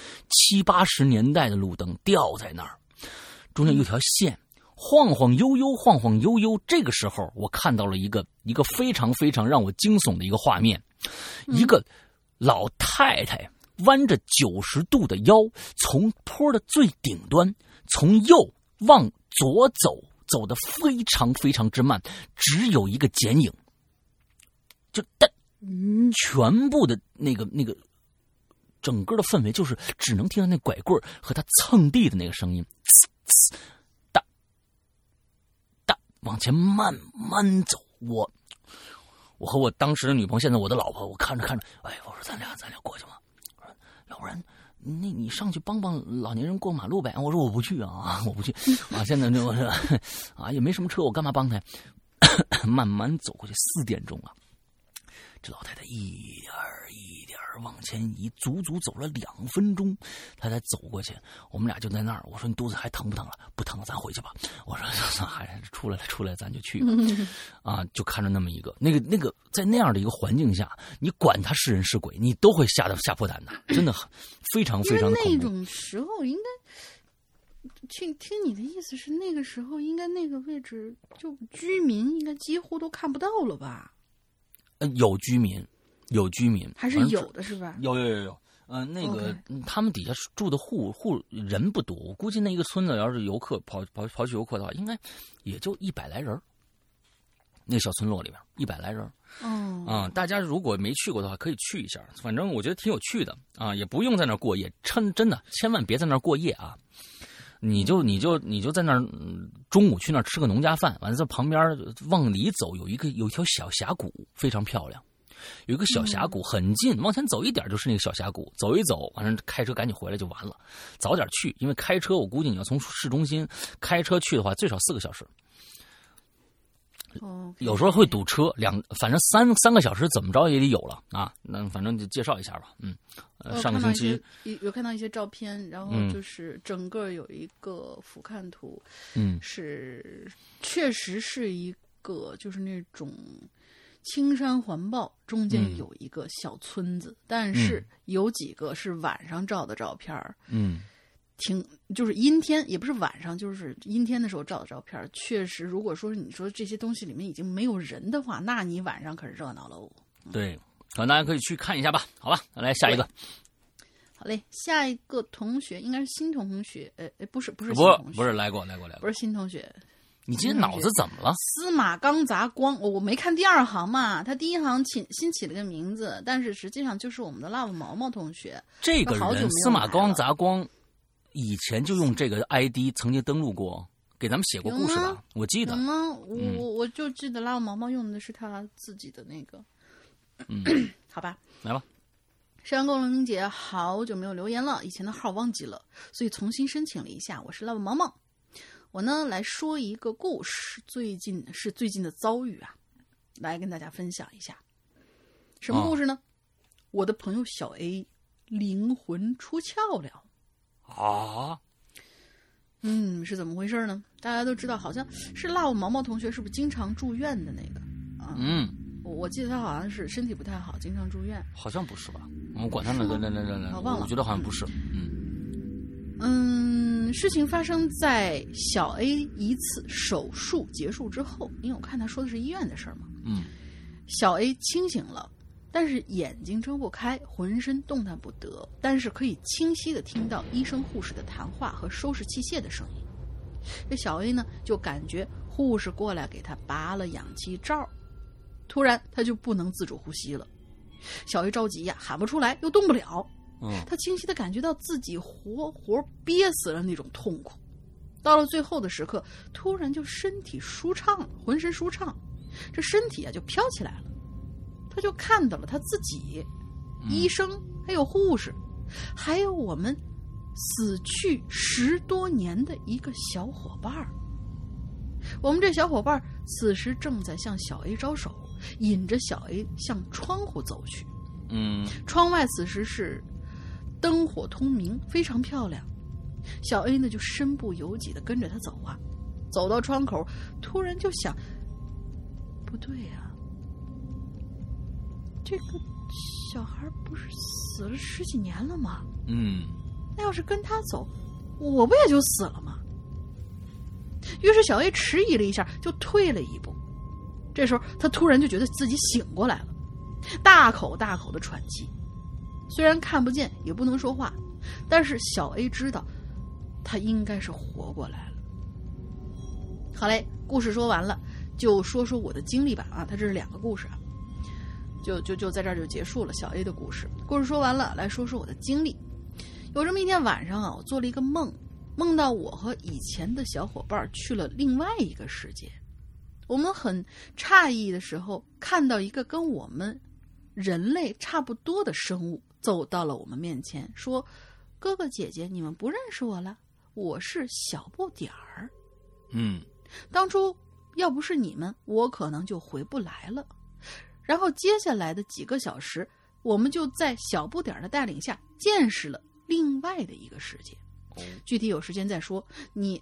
，70、80年代的路灯吊在那儿，中间有条线晃晃悠悠。这个时候我看到了一个非常非常让我惊悚的一个画面，一个老太太弯着90度的腰，从坡的最顶端从右往左走得非常非常之慢，只有一个剪影，全部的那个整个的氛围就是只能听到那拐棍和他蹭地的那个声音，哒哒往前慢慢走。我和我当时的女朋友，现在我的老婆，我看着，哎，我说咱俩过去嘛，我说要不然你上去帮老年人过马路呗。我说我不去啊，现在我说啊也没什么车，我干嘛帮他？慢慢走过去，4点钟了，这老太太一点往前移，足走了2分钟，她才走过去。我们俩就在那儿，我说你肚子还疼不疼了？不疼了，咱回去吧。我说还是出来，咱就去吧。啊，就看着那么一个那个在那样的一个环境下，你管他是人是鬼，你都会吓破胆的，真的非常非常的恐怖。 那种时候应该听你的意思是，那个时候应该那个位置就居民应该几乎都看不到了吧？ 有居民还是有的是吧？ 有。那个他们底下住的户人不多，我估计那一个村子要是游客跑去游客的话，应该也就100来人。那个小村落里边100来人。大家如果没去过的话，可以去一下，反正我觉得挺有趣的啊，也不用在那儿过夜，真的千万别在那儿过夜啊！你就在那儿，中午去那儿吃个农家饭，完了在旁边往里走，有一条小峡谷，非常漂亮。有一个小峡谷很近，往前走一点就是那个小峡谷，走一走，完了开车赶紧回来就完了。早点去，因为开车我估计你要从市中心开车去的话，最少4个小时。 有时候会堵车，反正三个小时怎么着也得有了啊。那反正就介绍一下吧，上个星期有看到一些照片，然后就是整个有一个俯瞰图，是确实是一个就是那种青山环抱，中间有一个小村子，但是有几个是晚上照的照片，就是阴天，也不是晚上，就是阴天的时候照的照片。确实，如果说你说这些东西里面已经没有人的话，那你晚上可是热闹喽。 对，可能大家可以去看一下吧。好吧，来下一个。 好嘞，下一个同学应该是新同学，不是新同学， 不是来过， 不是新同学。 你今天脑子怎么了？ 司马刚砸光，我没看第二行嘛，他第一行新起了个名字，但是实际上就是我们的 Love 毛毛同学。 这个人司马刚砸光。以前就用这个 ID 曾经登录过，给咱们写过故事吧？我记得。 我就记得拉毛毛用的是他自己的那个。好吧， 来吧。 山沟龙姐好久没有留言了，以前的号忘记了，所以重新申请了一下。我是 Love 毛毛，我呢来说一个故事，最近的遭遇啊，来跟大家分享一下。什么故事呢？我的朋友小 A 灵魂出窍了。是怎么回事呢？大家都知道，好像是Love毛毛同学，是不是经常住院的那个啊？我记得他好像是身体不太好，经常住院。 好像不是吧？我管他呢，来， 忘了。 我觉得好像不是。 事情发生在小 A 一次手术结束之后，因为我看他说的是医院的事儿嘛。小 A 清醒了。但是眼睛睁不开，浑身动弹不得，但是可以清晰地听到医生护士的谈话和收拾器械的声音。这小 A 呢，就感觉护士过来给他拔了氧气罩，突然他就不能自主呼吸了。小 A 着急呀，喊不出来，又动不了。他清晰地感觉到自己活活憋死了那种痛苦。到了最后的时刻，突然就身体舒畅了，浑身舒畅，这身体啊就飘起来了。他就看到了他自己、医生，还有护士，还有我们死去10多年的一个小伙伴。我们这小伙伴此时正在向小 A 招手，引着小 A 向窗户走去。窗外此时是灯火通明，非常漂亮。小 A 呢就身不由己地跟着他走啊，走到窗口，突然就想，不对呀，这个小孩不是死了10几年了吗？那要是跟他走，我不也就死了吗？于是小 A 迟疑了一下，就退了一步。这时候他突然就觉得自己醒过来了，大口大口的喘气。虽然看不见，也不能说话，但是小 A 知道他应该是活过来了。好嘞，故事说完了，就说说我的经历吧。他这是2个故事啊。就在这儿就结束了小 A 的故事。故事说完了，来说说我的经历。有这么一天晚上啊，我做了一个梦，梦到我和以前的小伙伴去了另外一个世界。我们很诧异的时候，看到一个跟我们人类差不多的生物走到了我们面前，说：“哥哥姐姐，你们不认识我了，我是小不点儿。”当初要不是你们，我可能就回不来了。然后接下来的几个小时，我们就在小不点儿的带领下见识了另外的一个世界。具体有时间再说。你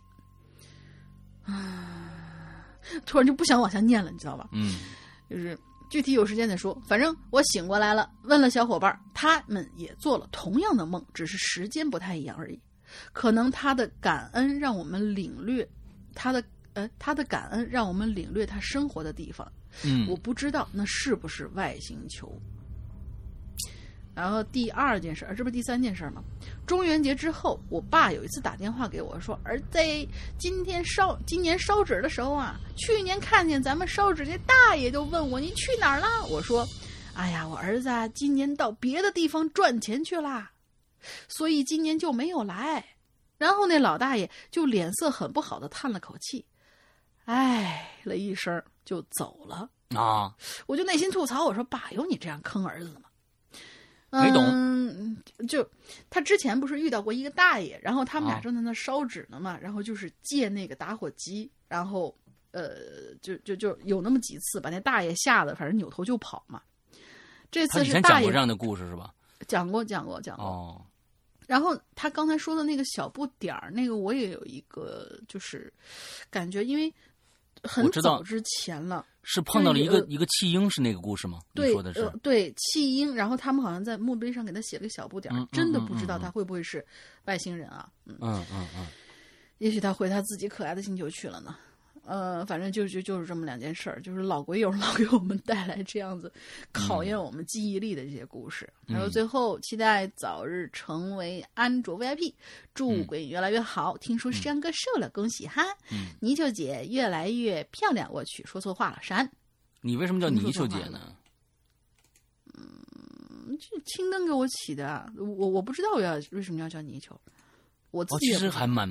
突然就不想往下念了，你知道吧？就是具体有时间再说。反正我醒过来了，问了小伙伴，他们也做了同样的梦，只是时间不太一样而已。可能他的感恩让我们领略他的感恩让我们领略他生活的地方。我不知道那是不是外星球。然后第2件事，这不是第3件事吗？中元节之后，我爸有一次打电话给我说：“儿子，今年烧纸的时候啊，去年看见咱们烧纸那大爷就问我你去哪儿了？”我说：“哎呀，我儿子今年到别的地方赚钱去啦，所以今年就没有来。”然后那老大爷就脸色很不好的叹了口气，哎了一声就走了啊！ 我就内心吐槽，我说：“爸，有你这样坑儿子的吗？” 没懂。 就他之前不是遇到过一个大爷，然后他们俩正在那烧纸呢嘛，然后就是借那个打火机，然后就有那么几次把那大爷吓得反正扭头就跑嘛。这次他以前是大爷讲过这样的故事是吧？ 讲过。 哦。 然后他刚才说的那个小不点儿，那个我也有一个就是感觉，因为很早之前了， 是碰到了一个弃婴，是那个故事吗？ 对， 你说的是对弃婴，然后他们好像在墓碑上给他写了个小不点儿，真的不知道他会不会是外星人啊？也许他回他自己可爱的星球去了呢。反正就是这么两件事儿，就是老鬼友老给我们带来这样子考验我们记忆力的这些故事。还有最后期待早日成为安卓 VIP， 祝鬼越来越好。听说山哥瘦了，恭喜哈！泥鳅姐越来越漂亮，我去说错话了，闪。 你为什么叫泥鳅姐呢？ 这青灯给我起的，我不知道为什么要叫泥鳅。我自己其实还蛮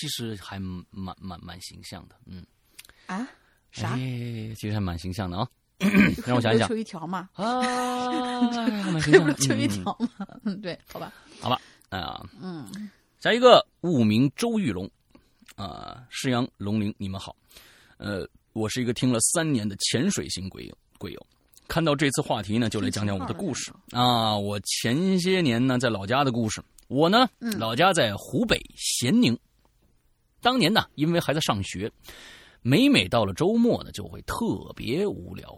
形象的， 啊？啥？ 其实还蛮形象的啊！让我想一想， 就一条嘛蛮形象的， 不是就一条嘛？对，好吧， 下一个物名周玉龙，施阳龙陵，你们好，我是一个听了3年的潜水型鬼友，看到这次话题呢，就来讲讲我的故事啊。我前些年呢，在老家的故事。我呢，老家在湖北咸宁。当年呢，因为还在上学，每到了周末呢，就会特别无聊。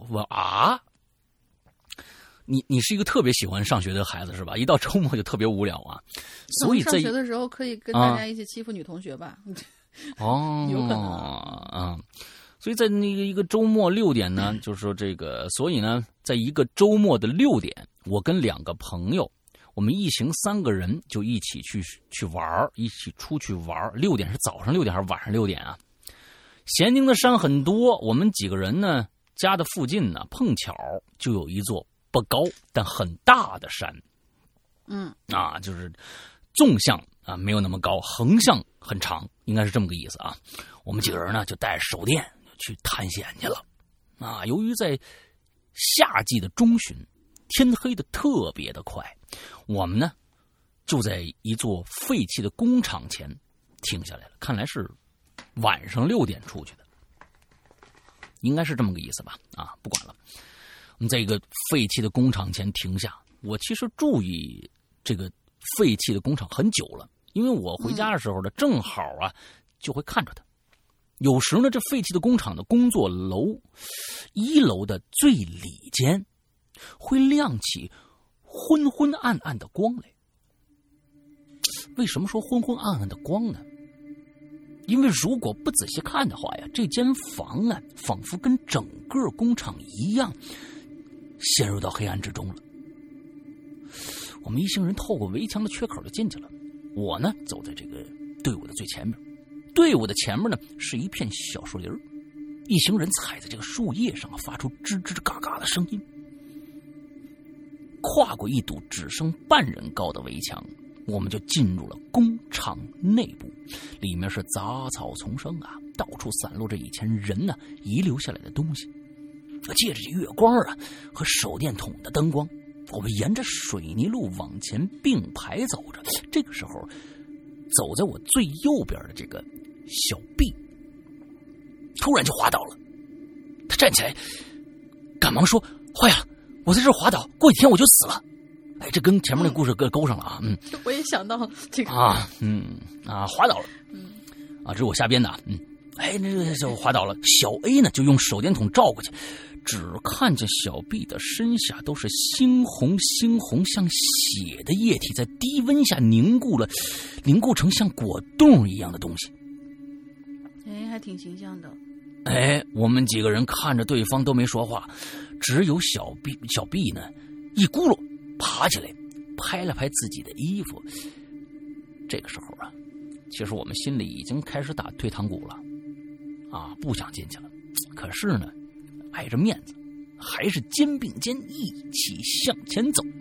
你是一个特别喜欢上学的孩子是吧？一到周末就特别无聊啊。所以在上学的时候可以跟大家一起欺负女同学吧？有可能所以在那个一个周末6点呢，就是说这个，所以呢，在一个周末的6点，我跟2个朋友。我们一行3个人就一起去玩，一起出去玩。6点是早上6点还是晚上6点啊？咸宁的山很多，我们几个人呢，家的附近呢，碰巧就有一座不高但很大的山。就是纵向啊没有那么高，横向很长，应该是这么个意思啊。我们几个人呢就带着手电去探险去了。由于在夏季的中旬，天黑的特别的快，我们呢就在一座废弃的工厂前停下来了，看来是晚上6点出去的，应该是这么个意思吧？不管了，我们在一个废弃的工厂前停下。我其实注意这个废弃的工厂很久了，因为我回家的时候呢，正好就会看着它。有时呢，这废弃的工厂的工作楼1楼的最里间会亮起昏昏暗暗的光来。为什么说昏昏暗暗的光呢？因为如果不仔细看的话呀，这间房仿佛跟整个工厂一样陷入到黑暗之中了。我们一行人透过围墙的缺口就进去了。我呢走在这个队伍的最前面，队伍的前面呢是一片小树林，一行人踩在这个树叶上发出吱吱嘎嘎的声音。跨过一堵只剩半人高的围墙，我们就进入了工厂内部。里面是杂草丛生到处散落着以前人遗留下来的东西。借着月光和手电筒的灯光，我们沿着水泥路往前并排走着。这个时候，走在我最右边的这个小 B 突然就滑倒了。他站起来赶忙说：“坏了，我在这儿滑倒，过几天我就死了。”这跟前面那故事勾上了我也想到这个滑倒了，这是我瞎编的那就滑倒了。小 A 呢就用手电筒照过去，只看见小 B 的身下都是猩红像血的液体，在低温下凝固成像果冻一样的东西。 还挺形象的。 我们几个人看着对方都没说话，只有小 B 呢一咕噜爬起来，拍了拍自己的衣服。这个时候其实我们心里已经开始打退堂鼓了不想进去了。可是呢，碍着面子，还是肩并肩一起向前走。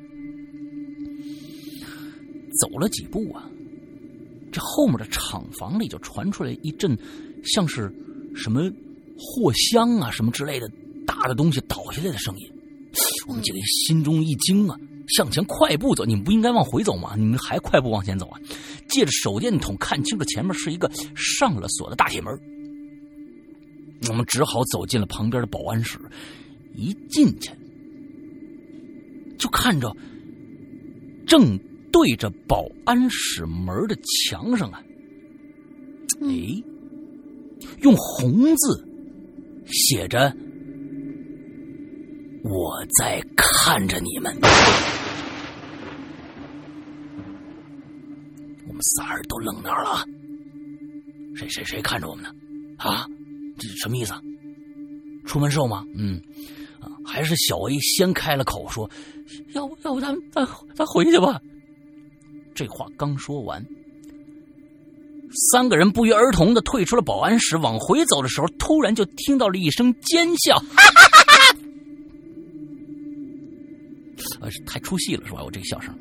走了几步这后面的厂房里就传出来一阵像是什么货箱什么之类的大的东西倒下来的声音。我们几个心中一惊向前快步走。你们不应该往回走吗？你们还快步往前走借着手电筒看清楚前面是一个上了锁的大铁门。 我们只好走进了旁边的保安室。一进去就看着正对着保安室门的墙上啊，用红字写着“我在看着你们”。我们仨人都愣那儿了啊！谁看着我们呢？啊，这什么意思啊？出门兽吗？还是小 A 先开了口说：“要不咱回去吧。”这话刚说完，3个人不约而同的退出了保安室，往回走的时候，突然就听到了一声尖笑，太出戏了是吧？我这个笑声，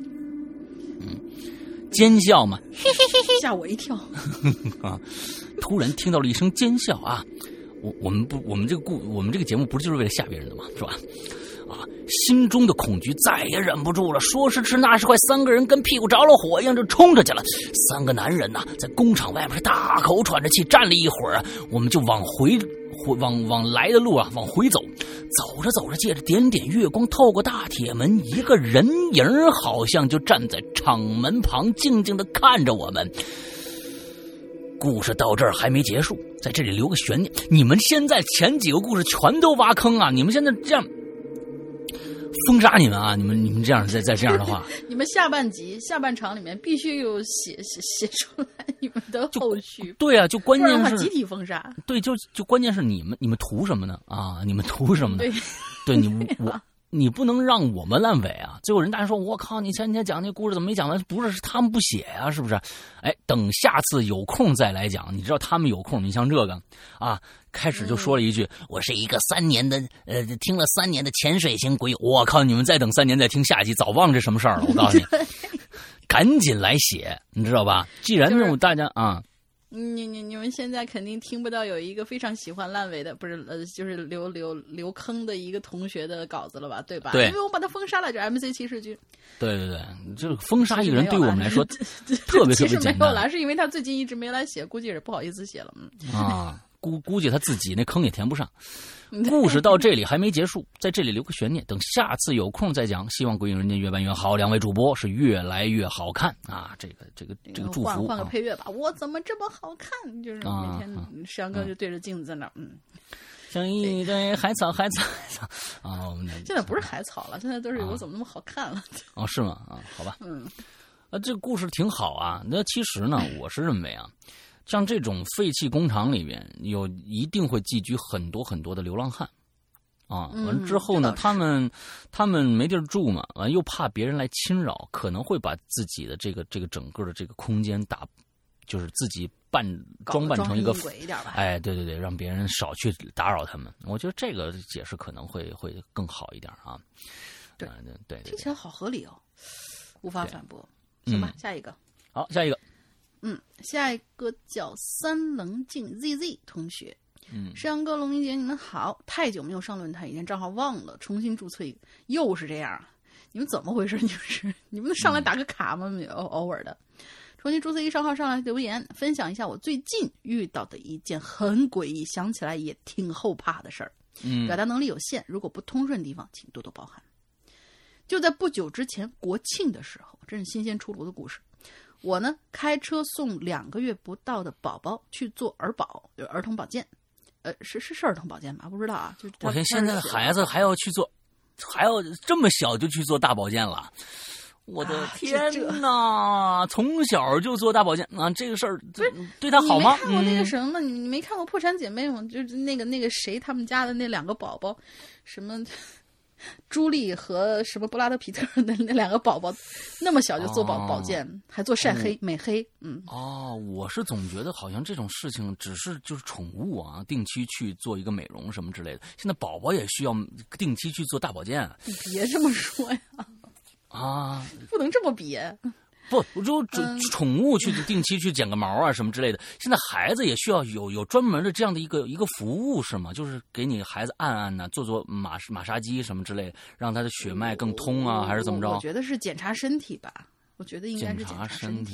尖笑嘛， 吓我一跳啊！突然听到了一声尖笑啊！我们这个节目不是就是为了吓别人的嘛，是吧？啊，心中的恐惧再也忍不住了，说时迟那时快，3个人跟屁股着了火一样就冲着去了。3个男人呐，在工厂外面是大口喘着气，站了一会儿啊，我们就往来的路啊往回走。走着走着，借着点点月光透过大铁门，一个人影好像就站在厂门旁，静静地看着我们。故事到这儿还没结束，在这里留个悬念。你们现在前几个故事全都挖坑啊！你们现在这样封杀你们啊！你们这样再这样的话， 你们下半场里面必须有写出来你们的后续。 对啊，就关键是集体封杀。 对，就关键是你们图什么呢？啊，你们图什么呢？对你不能让我们烂尾啊！最后人大家说，我靠，你前天讲那故事怎么没讲完？不是他们不写啊，是不是？哎，等下次有空再来讲。你知道他们有空，你像这个啊，开始就说了一句，我是一个听了3年的潜水型鬼友。我靠，你们再等3年再听下集，早忘这什么事儿了。我告诉你，赶紧来写，你知道吧？既然这种大家啊。 你们现在肯定听不到有一个非常喜欢烂尾的，不是就是留坑的一个同学的稿子了吧，对吧？ 对， 因为我把他封杀了，这 MC 骑士军。对， 这个封杀一个人对我们来说特别简单。 其实没有了，是因为他最近一直没来写，估计也是不好意思写了。 估计他自己那坑也填不上。故事到这里还没结束，在这里留个悬念，等下次有空再讲。希望鬼影人间越办越好，2位主播是越来越好看啊！这个祝福， 换个配乐吧。我怎么这么好看？就是每天山哥就对着镜子在那像一堆海草啊！ 现在不是海草了，现在都是我怎么那么好看了？ 哦，是吗？啊，好吧。这个故事挺好啊。那其实呢，我是认为啊。像这种废弃工厂里面一定会寄居很多很多的流浪汉，啊，完了之后呢，他们没地儿住嘛，完又怕别人来侵扰，可能会把自己的这个整个的这个空间就是自己装扮成一个鬼一点吧， 哎，对，让别人少去打扰他们。我觉得这个解释可能会更好一点啊。对， 听起来好合理哦，无法反驳。行吧，下一个。 好，下一个。 下一个叫三棱镜 ZZ 同学，山羊哥、龙明姐，你们好，太久没有上论坛，以前账号忘了，重新注册一个，又是这样，你们怎么回事？你们上来打个卡吗？偶尔的，重新注册一个账号上来留言，分享一下我最近遇到的一件很诡异，想起来也挺后怕的事儿。表达能力有限，如果不通顺的地方，请多多包涵。就在不久之前国庆的时候，真是新鲜出炉的故事。我呢，开车送2个月不到的宝宝去做儿童保健，是儿童保健吗？不知道啊。就是我看现在的孩子还要这么小就去做大保健了，我的天哪！从小就做大保健啊，这个事儿对他好吗？ 你没看过那个什么吗？你没看过《破产姐妹》吗？就是那个谁他们家的那2个宝宝，什么？朱莉和什么布拉德皮特的那2个宝宝，那么小就做保健，还做晒黑、美黑。 我是总觉得好像这种事情只是就是宠物啊，定期去做一个美容什么之类的。现在宝宝也需要定期去做大保健。 你别这么说呀！不能这么比。 不，我就宠物去定期去剪个毛啊什么之类的。现在孩子也需要有专门的这样的一个服务是吗？就是给你孩子按呢，做马杀鸡什么之类的，让他的血脉更通啊，还是怎么着？ 我觉得是检查身体吧。我觉得应该是检查身体。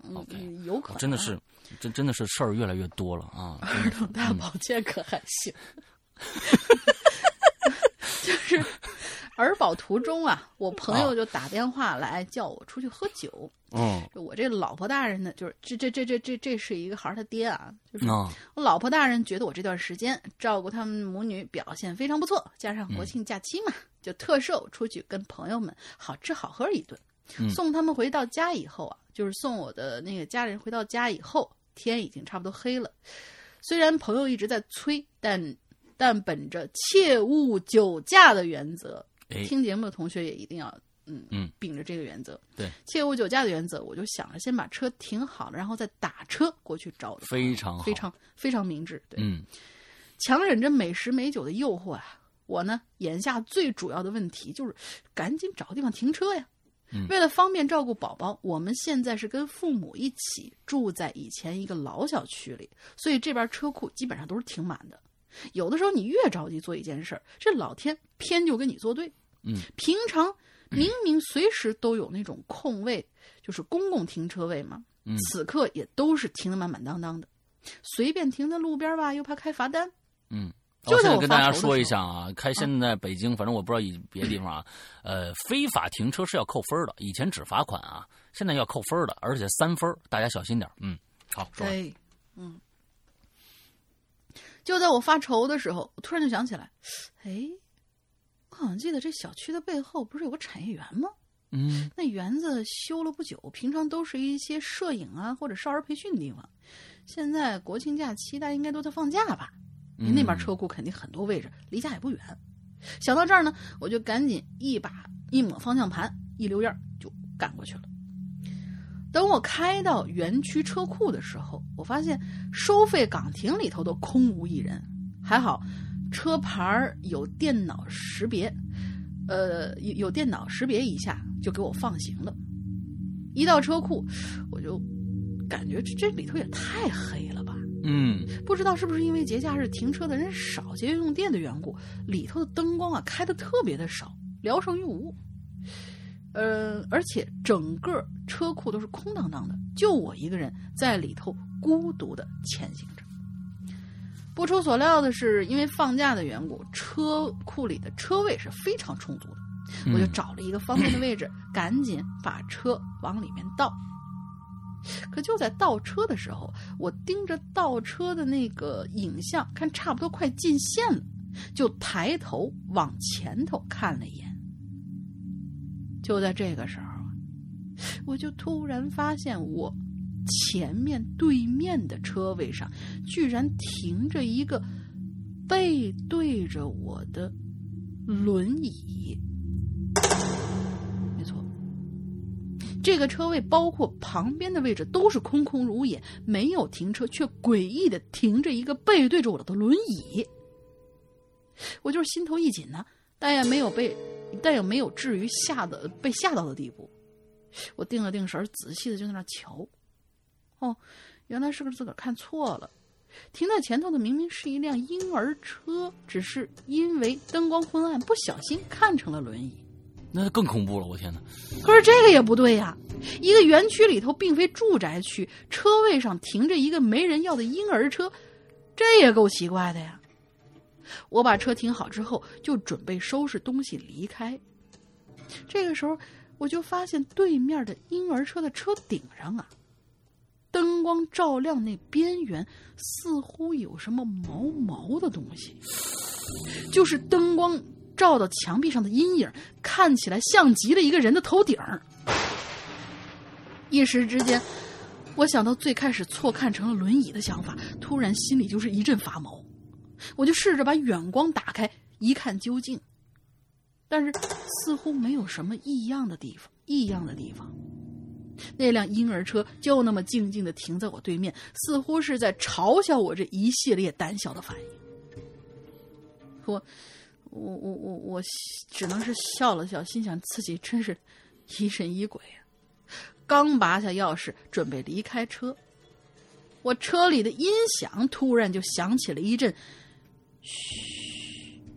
有可能。 真的是，真的是事儿越来越多了啊！ 儿童大保健可还行，就是儿保途中啊，我朋友就打电话来叫我出去喝酒。我这老婆大人呢，就是这是一个孩儿他爹啊，就是我老婆大人觉得我这段时间照顾他们母女表现非常不错，加上国庆假期嘛，就特授出去跟朋友们好吃好喝一顿。送他们回到家以后啊，就是送我的那个家人回到家以后，天已经差不多黑了。虽然朋友一直在催，但本着切勿酒驾的原则，听节目的同学也一定要秉着这个原则。对，切勿酒驾的原则，我就想着先把车停好了，然后再打车过去找。非常好，非常明智。对，强忍着美食美酒的诱惑啊，我呢眼下最主要的问题就是赶紧找个地方停车呀。为了方便照顾宝宝，我们现在是跟父母一起住在以前一个老小区里，所以这边车库基本上都是停满的。有的时候你越着急做一件事儿，这老天偏就跟你作对。平常明明随时都有那种空位，就是公共停车位嘛，此刻也都是停得满满当当的，随便停在路边吧，又怕开罚单。 现在跟大家说一下啊，现在北京，反正我不知道以别的地方啊，非法停车是要扣分的，以前只罚款啊，现在要扣分的，而且3分，大家小心点。好，说完。 对，就在我发愁的时候，我突然就想起来，我好像记得这小区的背后不是有个产业园吗？那园子修了不久，平常都是一些摄影啊或者少儿培训的地方，现在国庆假期大家应该都在放假吧？那边车库肯定很多位置，离家也不远。想到这儿呢，我就赶紧一抹方向盘，一溜烟就赶过去了。等我开到园区车库的时候，我发现收费岗亭里头都空无一人，还好车牌有电脑识别，有电脑识别一下就给我放行了。一到车库，我就感觉这里头也太黑了吧。不知道是不是因为节假日停车的人少，节约用电的缘故，里头的灯光啊开得特别的少，聊胜于无。而且整个车库都是空荡荡的，就我一个人在里头孤独的前行着。不出所料的是，因为放假的缘故，车库里的车位是非常充足的，我就找了一个方便的位置，赶紧把车往里面倒。可就在倒车的时候，我盯着倒车的那个影像，看差不多快进线了，就抬头往前头看了一眼。就在这个时候，我就突然发现我前面对面的车位上居然停着一个背对着我的轮椅。没错，这个车位包括旁边的位置都是空空如也，没有停车，却诡异的停着一个背对着我的轮椅。我就是心头一紧呢，但也没有至于被吓到的地步。我定了定神，仔细的就在那瞧。原来是自个儿看错了，停在前头的明明是一辆婴儿车，只是因为灯光昏暗，不小心看成了轮椅。 那更恐怖了，我天哪！ 可是这个也不对呀，一个园区里头并非住宅区，车位上停着一个没人要的婴儿车，这也够奇怪的呀。我把车停好之后，就准备收拾东西离开。这个时候，我就发现对面的婴儿车的车顶上啊，灯光照亮那边缘，似乎有什么毛毛的东西，就是灯光照到墙壁上的阴影，看起来像极了一个人的头顶。一时之间，我想到最开始错看成了轮椅的想法，突然心里就是一阵发毛。我就试着把远光打开，一看究竟，但是似乎没有什么异样的地方。那辆婴儿车就那么静静地停在我对面，似乎是在嘲笑我这一系列胆小的反应。我只能是笑了笑，心想自己真是疑神疑鬼啊。刚拔下钥匙准备离开车，我车里的音响突然就响起了一阵嘘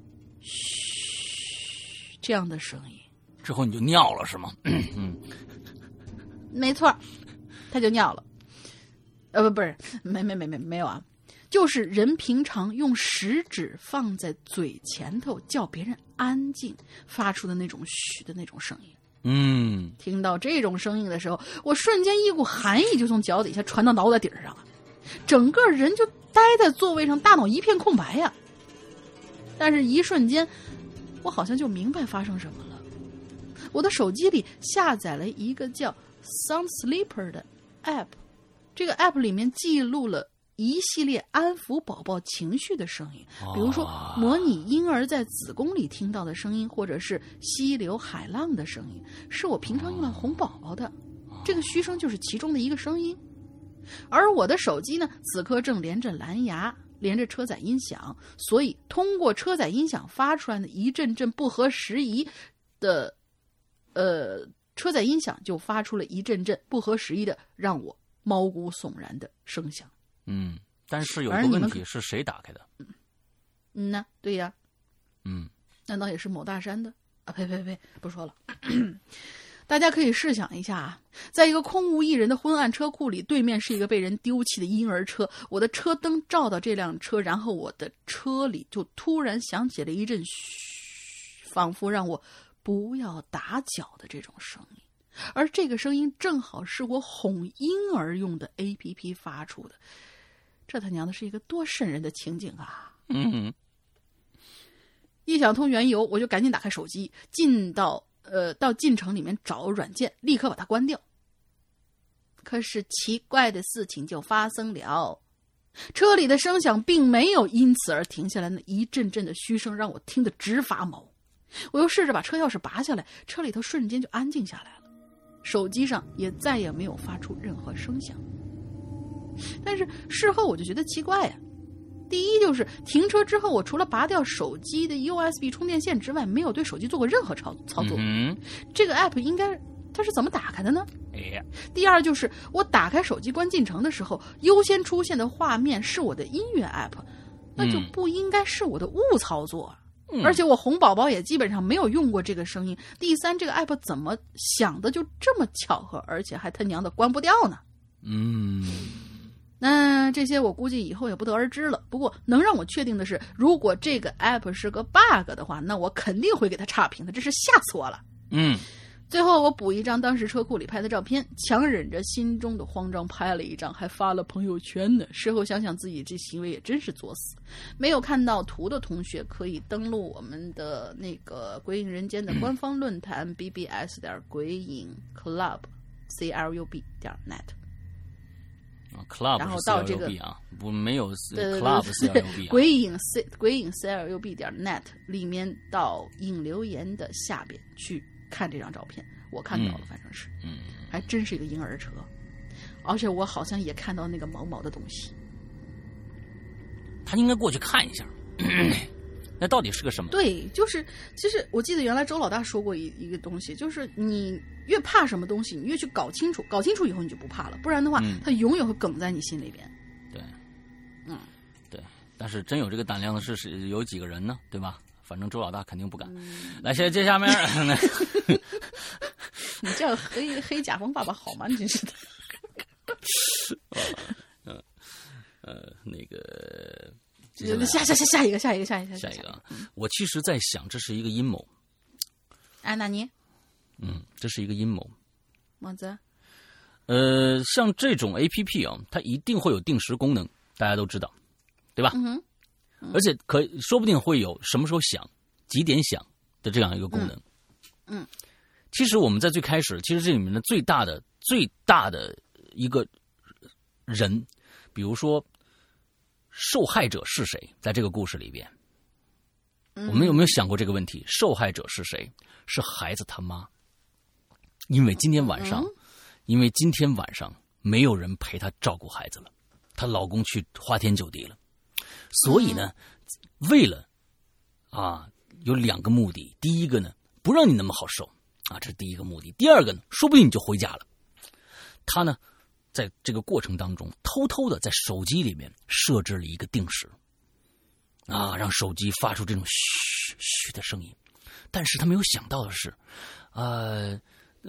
嘘这样的声音。 之后你就尿了是吗？ 没错， 他就尿了。不是，没有啊，就是人平常用食指放在嘴前头叫别人安静发出的那种嘘的那种声音。听到这种声音的时候，我瞬间一股寒意就从脚底下传到脑袋顶上了，整个人就呆在座位上，大脑一片空白呀。但是一瞬间，我好像就明白发生什么了。我的手机里下载了一个叫 Sound Sleeper 的 app， 这个 app 里面记录了一系列安抚宝宝情绪的声音，比如说模拟婴儿在子宫里听到的声音，或者是溪流海浪的声音，是我平常用来哄宝宝的。这个嘘声就是其中的一个声音。而我的手机呢，此刻正连着蓝牙，连着车载音响，所以通过车载音响发出来的一阵阵不合时宜的车载音响就发出了一阵阵不合时宜的让我毛骨悚然的声响。 但是有一个问题，是谁打开的？ 对呀。难道也是某大山的啊？呸，不说了。大家可以试想一下啊，在一个空无一人的昏暗车库里，对面是一个被人丢弃的婴儿车，我的车灯照到这辆车，然后我的车里就突然响起了一阵嘘，仿佛让我不要打搅的这种声音，而这个声音正好是我哄婴儿用的 APP 发出的。这他娘的是一个多瘆人的情景啊！一想通缘由，我就赶紧打开手机，到进程里面找软件，立刻把它关掉。可是奇怪的事情就发生了，车里的声响并没有因此而停下来，那一阵阵的嘘声让我听得直发毛。我又试着把车钥匙拔下来，车里头瞬间就安静下来了，手机上也再也没有发出任何声响。但是事后我就觉得奇怪呀，第一就是停车之后，我除了拔掉手机的 USB 充电线之外，没有对手机做过任何操作。这个 app 应该它是怎么打开的呢？第二就是我打开手机关进程的时候，优先出现的画面是我的音乐 app， 那就不应该是我的误操作。而且我哄宝宝也基本上没有用过这个声音。第三，这个 app 怎么想的就这么巧合，而且还他娘的关不掉呢？那这些我估计以后也不得而知了。不过能让我确定的是，如果这个 app 是个 bug 的话，那我肯定会给他差评的，这是吓死我了。最后我补一张当时车库里拍的照片，强忍着心中的慌张拍了一张，还发了朋友圈呢。事后想想自己这行为也真是作死。没有看到图的同学可以登录我们的那个鬼影人间的官方论坛 bbs 鬼影 club club.net。 club 然后到这个不没有 club club 鬼影 club.net 里面到影留言的下边去看这张照片，我看到了，反正是，还真是一个婴儿车，而且我好像也看到那个毛毛的东西。 他应该过去看一下，那到底是个什么？ 对，就是其实我记得原来周老大说过一个东西，就是你越怕什么东西，你越去搞清楚，搞清楚以后你就不怕了，不然的话，它永远会梗在你心里边。 对，对，但是真有这个胆量的是有几个人呢？对吧？反正周老大肯定不敢。来，接下面， 你这样黑甲方爸爸好吗？你真是的。 那个。 下一个， 我其实在想，这是一个阴谋。 那你？ 这是一个阴谋。 么子？ 像这种 APP 啊，它一定会有定时功能，大家都知道，对吧？而且说不定会有什么时候响、几点响的这样一个功能。其实我们在最开始，其实这里面的最大的一个人，比如说。受害者是谁？在这个故事里边，我们有没有想过这个问题？受害者是谁？是孩子他妈。因为今天晚上没有人陪她照顾孩子了，她老公去花天酒地了，所以呢，为了有两个目的。第一个呢，不让你那么好受这是第一个目的。第二个呢，说不定你就回家了。她呢？在这个过程当中，偷偷的在手机里面设置了一个定时，让手机发出这种嘘嘘的声音。但是他没有想到的是，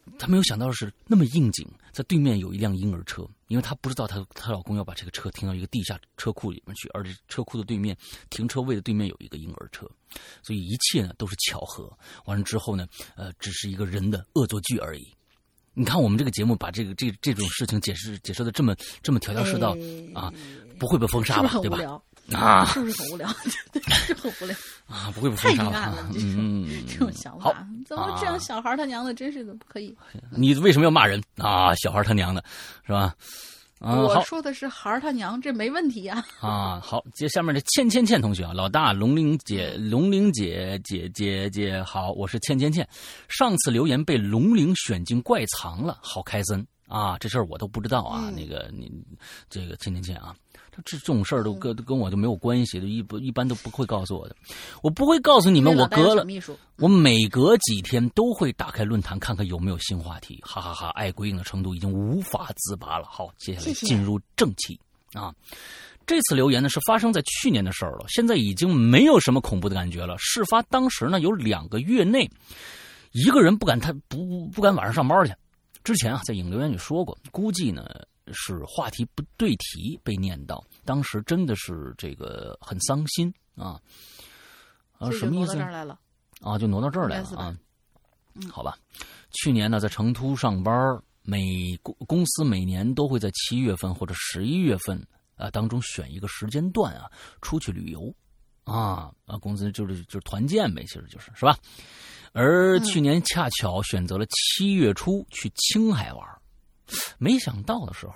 他没有想到的是那么应景，在对面有一辆婴儿车，因为他不知道她老公要把这个车停到一个地下车库里面去，而且车库的对面停车位的对面有一个婴儿车，所以一切呢都是巧合。完了之后呢，只是一个人的恶作剧而已。你看我们这个节目把这种事情解释的这么条条是道啊，不会被封杀吧？ 是不是很无聊？对吧？啊，是不是很无聊？就很无聊啊，不会被封杀吧？ 太阴暗了，这种想法，怎么这样小孩他娘的，真是的不可以。 你为什么要骂人啊？小孩他娘的，是吧？ 我说的是孩儿他娘，这没问题啊。 好，接下面的倩同学啊，老大龙玲姐姐好，我是倩。上次留言被龙玲选进怪藏了，好开心啊！这事儿我都不知道啊。那个你这个倩啊，这种事儿都跟我就没有关系的，一般都不会告诉我的。我不会告诉你们，我每隔几天都会打开论坛看看有没有新话题，哈哈哈！爱归影的程度已经无法自拔了。好，接下来进入正题啊。这次留言呢是发生在去年的事儿了，现在已经没有什么恐怖的感觉了。事发当时呢，有2个月内，一个人不敢晚上上班去。之前啊，在影留言里说过，估计呢是话题不对题被念到，当时真的是这个很伤心啊。什么意思？就挪到这儿来了啊。好吧，去年呢在成都上班，公司每年都会在7月份或者11月份当中选一个时间段啊出去旅游公司就是团建呗，其实是吧？而去年恰巧选择了7月初去青海玩。没想到的是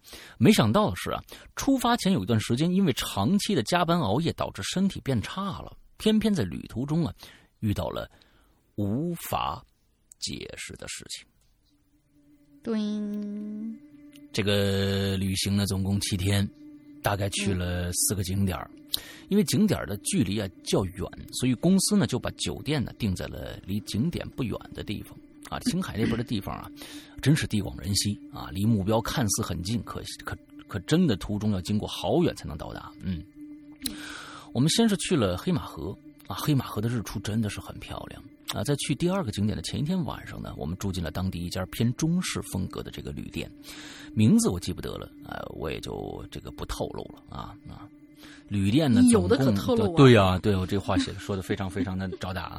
出发前有一段时间因为长期的加班熬夜导致身体变差了，偏偏在旅途中遇到了无法解释的事情。 对， 这个旅行呢总共7天，大概去了4个景点。因为景点的距离较远，所以公司呢就把酒店呢定在了离景点不远的地方青海那边的地方真是地广人稀离目标看似很近，可真的途中要经过好远才能到达。我们先是去了黑马河黑马河的日出真的是很漂亮在去第2个景点的前一天晚上呢，我们住进了当地一家偏中式风格的这个旅店，名字我记不得了我也就这个不透露了旅店呢有的可透露对呀，对我这话说的非常非常的招打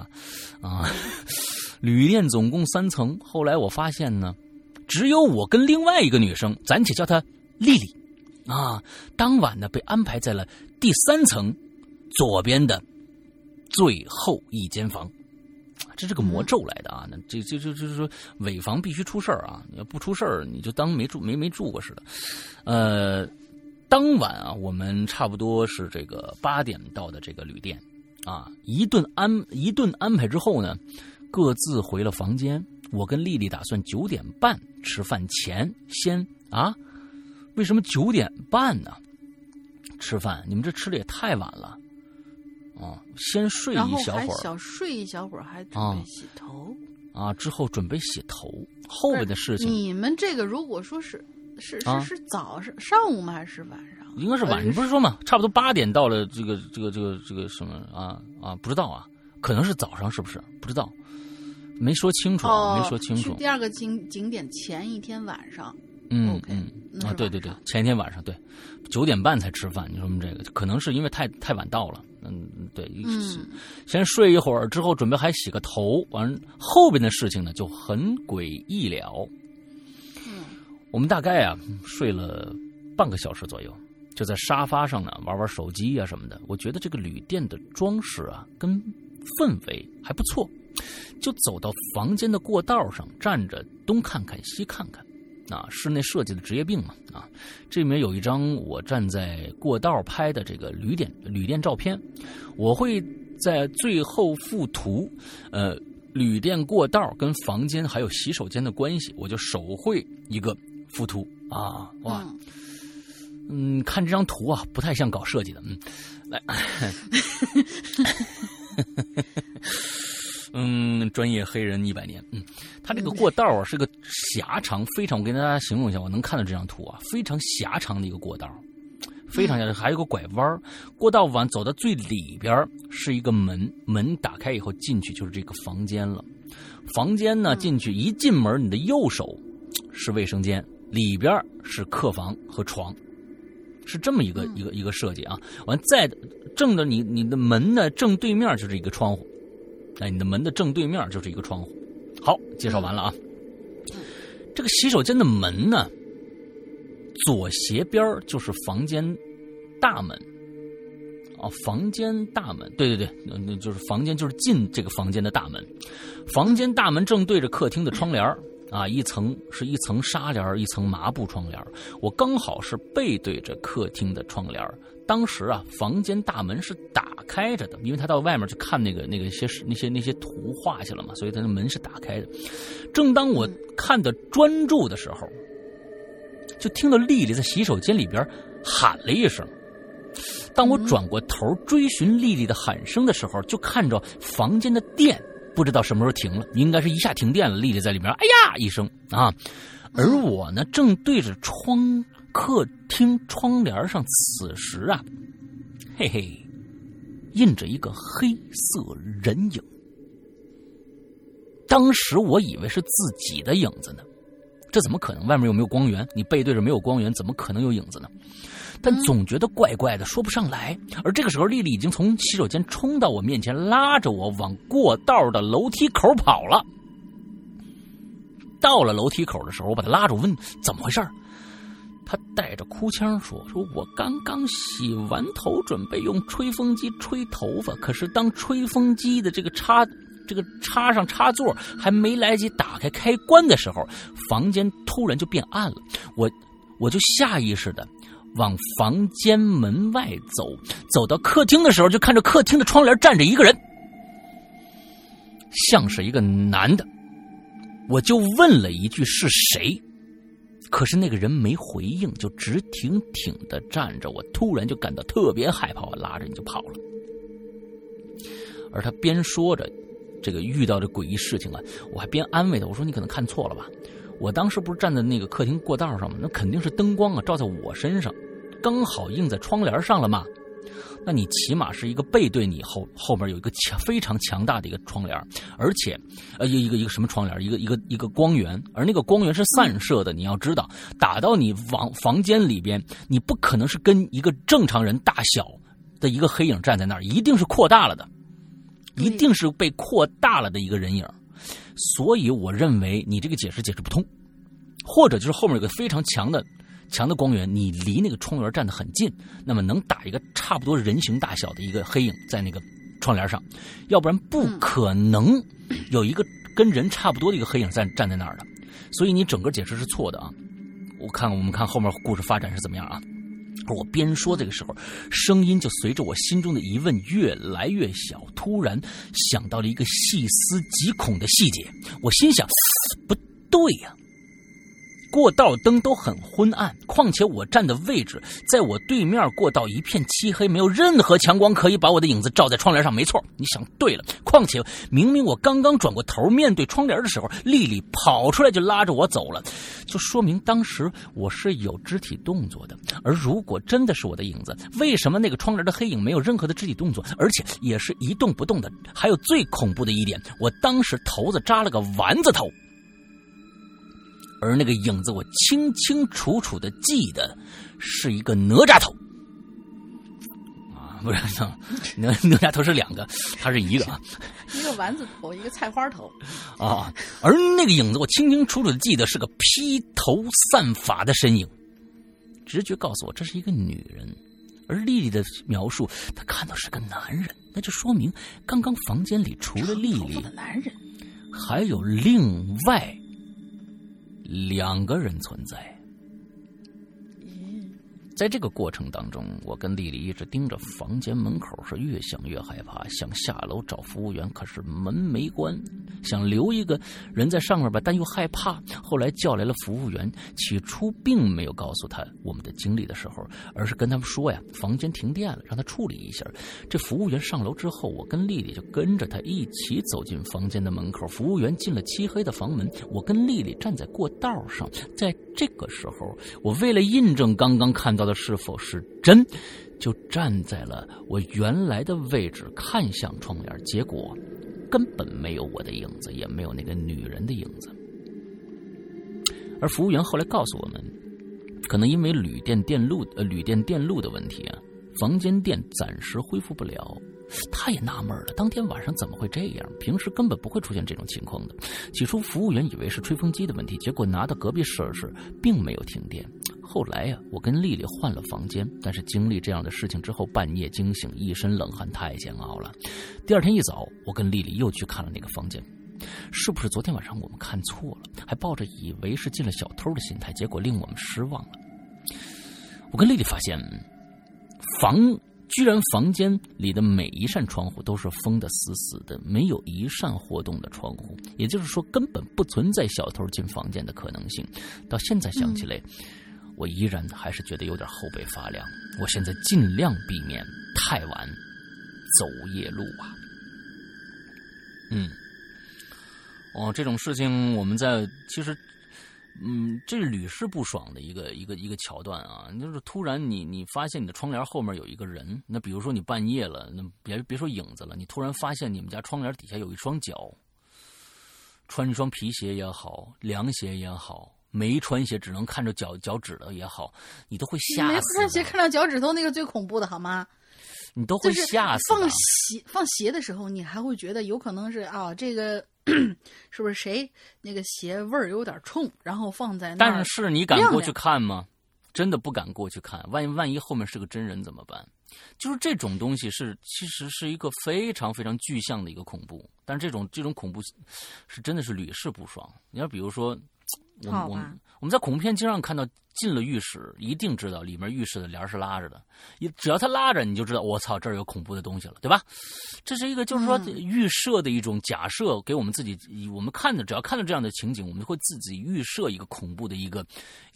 旅店总共3层，后来我发现呢只有我跟另外一个女生，暂且叫她丽丽当晚呢被安排在了第3层左边的最后一间房。这是个魔咒来的那这就是说尾房必须出事儿你要不出事儿你就当没住过似的。当晚我们差不多是这个8点到的这个旅店一顿安排之后呢，各自回了房间。我跟丽丽打算9点半吃饭前先为什么9点半呢？吃饭你们这吃的也太晚了先睡一小会儿， 然后还小睡一小会儿，还准备洗头之后准备洗头。后边的事情， 你们这个如果说是早上上午吗？还是晚上？ 应该是晚上，不是说嘛，差不多8点到了这个什么不知道可能是早上，是不是？不知道，没说清楚，没说清楚。 去第2个景点前一天晚上。对， 前一天晚上对，9点半才吃饭。你说我们这个可能是因为太晚到了，对，先睡一会儿，之后准备还洗个头，完后边的事情呢就很诡异了。我们大概睡了半个小时左右，就在沙发上呢玩手机什么的。我觉得这个旅店的装饰跟氛围还不错，就走到房间的过道上站着，东看看西看看。室内设计的职业病嘛这里面有一张我站在过道拍的这个旅店照片，我会在最后附图旅店过道跟房间还有洗手间的关系，我就手绘一个附图看这张图不太像搞设计的来专业黑人100年。它这个过道是个狭长，非常，我跟大家形容一下，我能看到这张图非常狭长的一个过道，非常狭长，还有个拐弯。过道往走到最里边是一个门打开以后进去就是这个房间了房间呢进去一进门，你的右手是卫生间，里边是客房和床，是这么一个设计啊。完再正着你的门呢正对面就是一个窗户，你的门的正对面就是一个窗户。好，介绍完了啊。这个洗手间的门呢，左斜边就是房间大门。房间大门，对，那就是房间，就是进这个房间的大门。房间大门正对着客厅的窗帘啊，一层纱帘，一层麻布窗帘。我刚好是背对着客厅的窗帘。当时啊，房间大门是打开着的，因为他到外面去看那些图画去了嘛，所以他的门是打开的。正当我看得专注的时候，就听到丽丽在洗手间里边喊了一声。当我转过头追寻丽丽的喊声的时候，就看着房间的电不知道什么时候停了，应该是一下停电了。丽丽在里面哎呀一声啊，而我呢正对着客厅窗帘上，此时啊，嘿嘿，印着一个黑色人影。当时我以为是自己的影子呢，这怎么可能？外面又没有光源，你背对着没有光源，怎么可能有影子呢？但总觉得怪怪的，说不上来。而这个时候，丽丽已经从洗手间冲到我面前，拉着我往过道的楼梯口跑了。到了楼梯口的时候，我把她拉住，问怎么回事。她带着哭腔说我刚刚洗完头，准备用吹风机吹头发，可是当吹风机的这个插上插座还没来及打开开关的时候，房间突然就变暗了。我就下意识的往房间门外走到客厅的时候，就看着客厅的窗帘站着一个人，像是一个男的。我就问了一句是谁，可是那个人没回应，就直挺挺的站着。我突然就感到特别害怕，我拉着你就跑了。而他边说着这个遇到的诡异事情啊，我还边安慰他，我说你可能看错了吧，我当时不是站在那个客厅过道上吗？那肯定是灯光啊照在我身上，刚好映在窗帘上了嘛。那你起码是一个背对你后面有一个非常强大的一个窗帘，而且一个什么窗帘，一个光源，而那个光源是散射的。你要知道，打到你房间里边，你不可能是跟一个正常人大小的一个黑影站在那儿，一定是扩大了的，一定是被扩大了的一个人影。所以我认为你这个解释不通，或者就是后面有个非常强的光源，你离那个窗帘站得很近，那么能打一个差不多人形大小的一个黑影在那个窗帘上，要不然不可能有一个跟人差不多的一个黑影站在那儿的。所以你整个解释是错的啊！我们看后面故事发展是怎么样啊？而我边说这个时候，声音就随着我心中的疑问越来越小，突然想到了一个细思极恐的细节。我心想，不对呀，过道灯都很昏暗，况且我站的位置在我对面过道一片漆黑，没有任何强光可以把我的影子照在窗帘上。没错，你想对了，况且明明我刚刚转过头面对窗帘的时候，丽丽跑出来就拉着我走了，就说明当时我是有肢体动作的。而如果真的是我的影子，为什么那个窗帘的黑影没有任何的肢体动作，而且也是一动不动的？还有最恐怖的一点，我当时头子扎了个丸子头，而那个影子我清清楚楚的记得是一个哪吒头啊，不是哪吒头是两个，它是一个啊， 一个丸子头，一个菜花头啊。而那个影子我清清楚楚的记得是个披头散发的身影，直觉告诉我这是一个女人。而丽丽的描述，她看到是个男人，那就说明刚刚房间里除了丽丽， 男人还有另外2个人存在。在这个过程当中，我跟丽丽一直盯着房间门口，是越想越害怕，想下楼找服务员，可是门没关，想留一个人在上面吧，但又害怕。后来叫来了服务员，起初并没有告诉他我们的经历的时候，而是跟他们说呀，房间停电了，让他处理一下。这服务员上楼之后，我跟丽丽就跟着他一起走进房间的门口。服务员进了漆黑的房门，我跟丽丽站在过道上。在这个时候，我为了印证刚刚看到的是否是真，就站在了我原来的位置，看向窗帘。结果根本没有我的影子，也没有那个女人的影子。而服务员后来告诉我们，可能因为旅店电路的问题啊，房间电暂时恢复不了。他也纳闷了，当天晚上怎么会这样？平时根本不会出现这种情况的。起初服务员以为是吹风机的问题，结果拿到隔壁设施并没有停电。后来呀，我跟丽丽换了房间，但是经历这样的事情之后，半夜惊醒，一身冷汗，太煎熬了。第二天一早，我跟丽丽又去看了那个房间。是不是昨天晚上我们看错了，还抱着以为是进了小偷的心态，结果令我们失望了。我跟丽丽发现居然房间里的每一扇窗户都是封得死死的，没有一扇活动的窗户，也就是说根本不存在小偷进房间的可能性。到现在想起来，我依然还是觉得有点后背发凉。我现在尽量避免太晚走夜路啊。这种事情我们其实这是屡试不爽的一个桥段啊！就是突然你发现你的窗帘后面有一个人，那比如说你半夜了，那别说影子了，你突然发现你们家窗帘底下有一双脚，穿一双皮鞋也好，凉鞋也好，没穿鞋只能看着脚趾头也好，你都会吓死。 没穿鞋看到脚趾头那个最恐怖的好吗？ 你都会吓死。 放鞋的时候，你还会觉得有可能是这个。是不是谁那个鞋味儿有点冲，然后放在那儿？ 但是你敢过去看吗？真的不敢过去看，万一后面是个真人怎么办？就是这种东西其实是一个非常非常具象的一个恐怖，但是这种恐怖是真的是屡试不爽。你要比如说，我们在恐怖片经常看到进了浴室，一定知道里面浴室的帘是拉着的，只要它拉着，你就知道我操，这儿有恐怖的东西了，对吧？这是一个就是说预设的一种假设，给我们自己，我们只要看到这样的情景，我们会自己预设一个恐怖的一个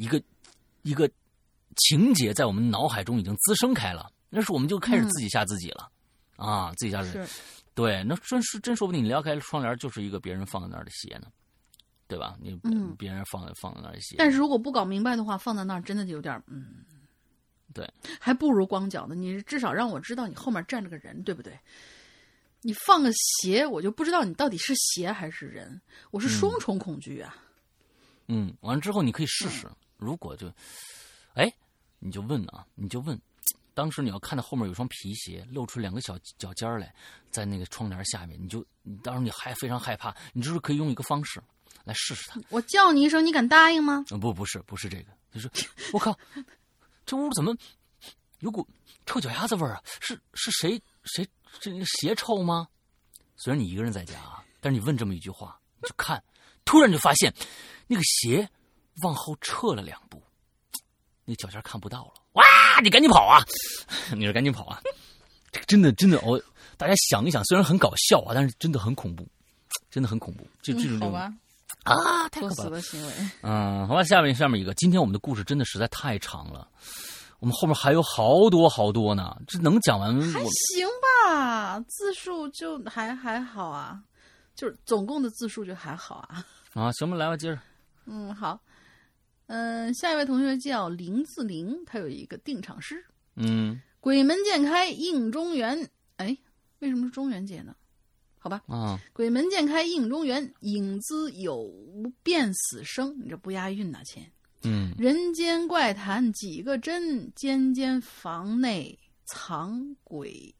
情节在我们脑海中已经滋生开了，那时候我们就开始自己吓自己了，自己吓自己。对，那真说不定你撩开窗帘就是一个别人放在那儿的鞋呢。对吧？你别人放在那儿写， 但是如果不搞明白的话，放在那儿真的有点对， 还不如光脚呢。你至少让我知道你后面站着个人，对不对？你放个鞋，我就不知道你到底是鞋还是人，我是双重恐惧啊。 完了之后你可以试试，如果你就问，当时你要看到后面有双皮鞋露出两个小脚尖来，在那个窗帘下面，当时你还非常害怕，你就是可以用一个方式。来试试它。 我叫你一声，你敢答应吗？ 不是这个，就是我靠，这屋怎么有股臭脚丫子味儿啊？是谁这鞋臭吗？虽然你一个人在家啊，但是你问这么一句话，你就看，突然就发现那个鞋往后撤了2步，那脚尖看不到了。哇！你赶紧跑啊！你说赶紧跑啊！这个真的大家想一想，虽然很搞笑啊，但是真的很恐怖，真的很恐怖。这种好吧。 太可怕了！ 的行为。 好吧，下面一个。今天我们的故事真的实在太长了，我们后面还有好多呢，这能讲完？ 还行吧，字数就还好啊，就是总共的字数就还好啊。 行吧，来吧，接着。 好。下一位同学叫林自林，他有一个定场诗。鬼门渐开映中原。为什么是中元节呢？好吧，鬼门渐开映中原，影子有无变死生。你这不押韵哪钱？人间怪谈几个真，间房内藏鬼。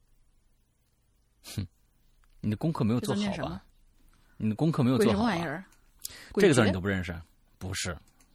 你的功课没有做好吧？你的功课没有做好。 鬼什么玩意儿？ 这个字你都不认识？不是。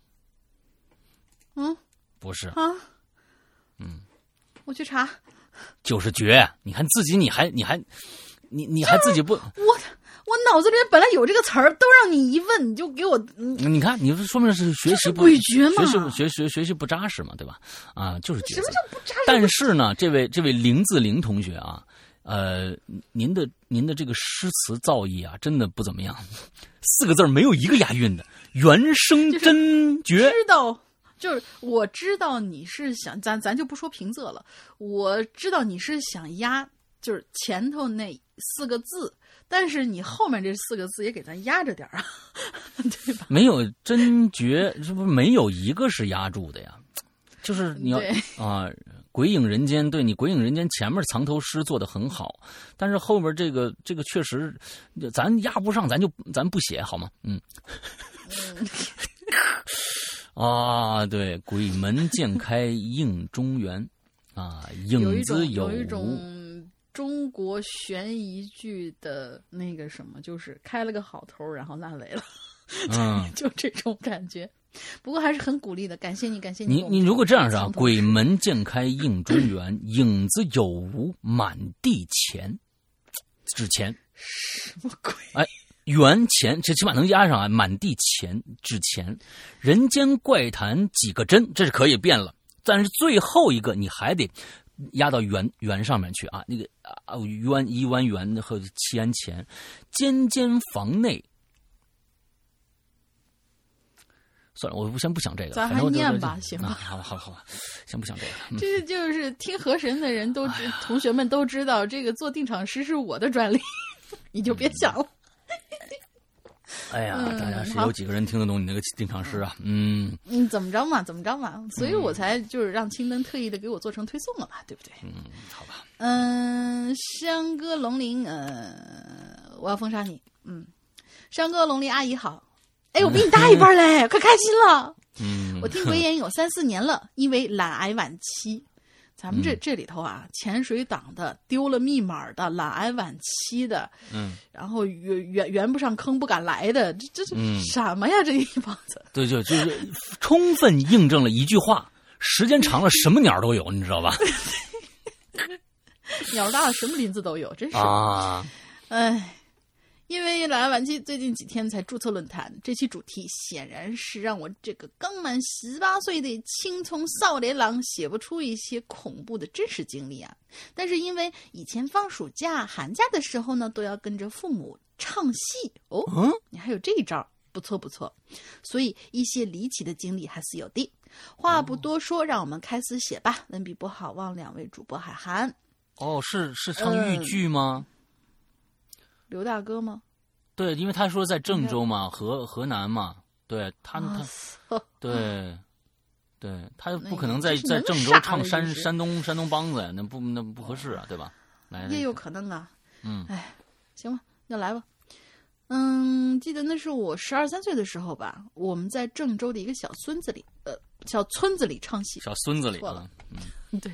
不是啊。我去查。 就是绝，你看自己，你还自己不？ 我脑子里本来有这个词儿，都让你一问，你就给我。 你看，你说明是学习不诡谲嘛？ 学习不扎实嘛，对吧？就是绝。 什么叫不扎实？ 但是呢，这位林自林同学啊，您的这个诗词造诣啊，真的不怎么样，4个字没有一个押韵的，原声真绝。 就是我知道你是想咱就不说平仄了，我知道你是想压就是前头那4个字，但是你后面这4个字也给咱压着点啊，对吧？ 没有真绝，这不没有一个是压住的呀，就是你要鬼影人间，对你鬼影人间前面藏头诗做得很好，但是后面这个确实咱压不上，咱不写好吗？啊，对，鬼门渐开映中原啊，影子有一种中国悬疑剧的那个什么，就是开了个好头，然后烂尾了，就这种感觉。不过还是很鼓励的，感谢你。 你如果这样是啊，鬼门渐开映中原，影子有无满地钱，纸钱。 什么鬼？ 哎，元钱，这起码能压上啊，满地钱，纸钱。人间怪谈几个真，这是可以变了，但是最后一个你还得压到元上面去啊，那个1万元和7安钱，间房内。算了，我先不想这个， 咱还念吧，行吧？ 好，先不想这个。 这就是听河神的人都同学们都知道，这个做定场诗是我的专利，你就别想了。 哎呀，大家是有几个人听得懂你那个定场诗啊？ 怎么着嘛，所以我才就是让青灯特意的给我做成推送了嘛，对不对？ 好吧。 山歌龙鳞，我要封杀你。山歌龙鳞阿姨好。哎，我比你大一半嘞，可开心了。我听鬼眼有3-4年了，因为懒癌晚期。咱们这里头啊，潜水党的、丢了密码的、懒癌晚期的，然后圆不上坑不敢来的，这是什么呀？这一帮子。对， 就是充分印证了一句话：时间长了，什么鸟都有，你知道吧？ 鸟大了，什么林子都有，真是。哎。因为懒癌晚期最近几天才注册论坛，这期主题显然是让我这个刚满18岁的青葱少年郎写不出一些恐怖的真实经历啊。但是因为以前放暑假、寒假的时候呢，都要跟着父母唱戏哦，你还有这一招，不错。所以一些离奇的经历还是有的。话不多说，让我们开始写吧。文笔不好，望2位主播海涵。 哦，是唱豫剧吗？ 刘大哥吗？ 对，因为他说在郑州嘛，河南嘛，对他对，他不可能在郑州唱山东梆子呀，那不合适啊，对吧？ 也有可能啊。哎，行吧，那来吧。记得那是我12、13岁的时候吧，我们在郑州的一个小村子里唱戏。小村子里错了，对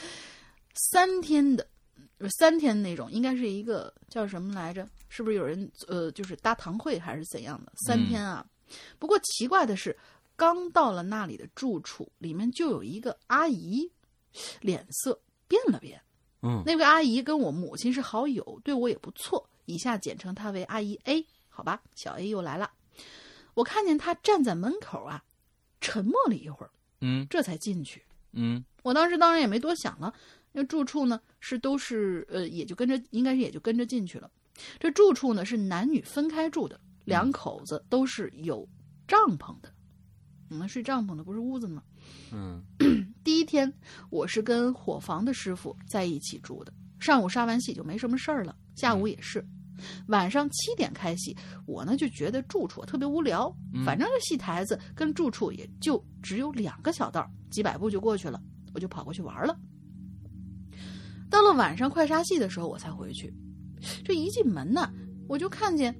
，3天那种，应该是一个叫什么来着？是不是有人就是搭堂会还是怎样的？3天啊。不过奇怪的是，刚到了那里的住处，里面就有一个阿姨，脸色变了变。那位阿姨跟我母亲是好友，对我也不错，以下简称她为阿姨 A， 好吧？小 A 又来了。我看见她站在门口啊，沉默了一会儿，这才进去。我当时当然也没多想了。那住处呢都是也就跟着进去了。这住处呢是男女分开住的，2口子都是有帐篷的。睡帐篷的不是屋子吗？第一天我是跟伙房的师傅在一起住的，上午杀完戏就没什么事儿了，下午也是。晚上7点开戏，我呢就觉得住处特别无聊，反正这戏台子跟住处也就只有2个小道，几百步就过去了，我就跑过去玩了。到了晚上快杀戏的时候我才回去，这一进门呢，我就看见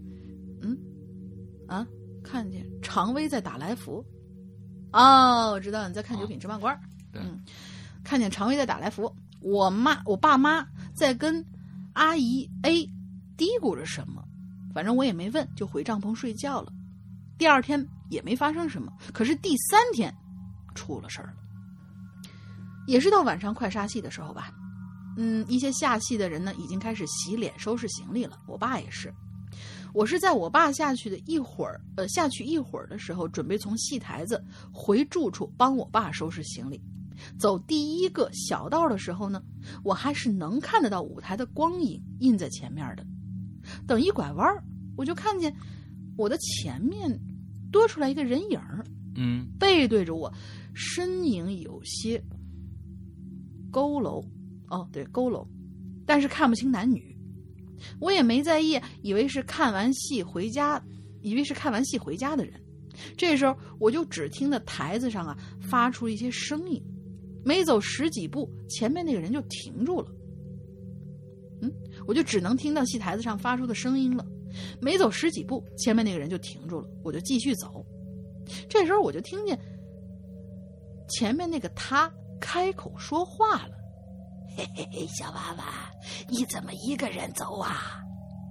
看见常威在打来福。我知道你在看《九品芝麻官》。看见常威在打来福，我爸妈在跟阿姨 A 嘀咕着什么，反正我也没问，就回帐篷睡觉了。第2天也没发生什么，可是第3天出了事儿了。也是到晚上快杀戏的时候吧，一些下戏的人呢已经开始洗脸收拾行李了，我爸也是。我是在我爸下去一会儿的时候，准备从戏台子回住处帮我爸收拾行李。走第1个小道的时候呢，我还是能看得到舞台的光影印在前面的。等一拐弯，我就看见我的前面多出来一个人影，背对着我，身影有些佝偻，佝偻，但是看不清男女。我也没在意，以为是看完戏回家的人。这时候我就只听到台子上发出一些声音， 没走10几步，前面那个人就停住了。我就只能听到戏台子上发出的声音了。没走10几步，前面那个人就停住了，我就继续走。这时候我就听见前面那个他开口说话了：“嘿嘿嘿，小娃娃，你怎么一个人走啊？”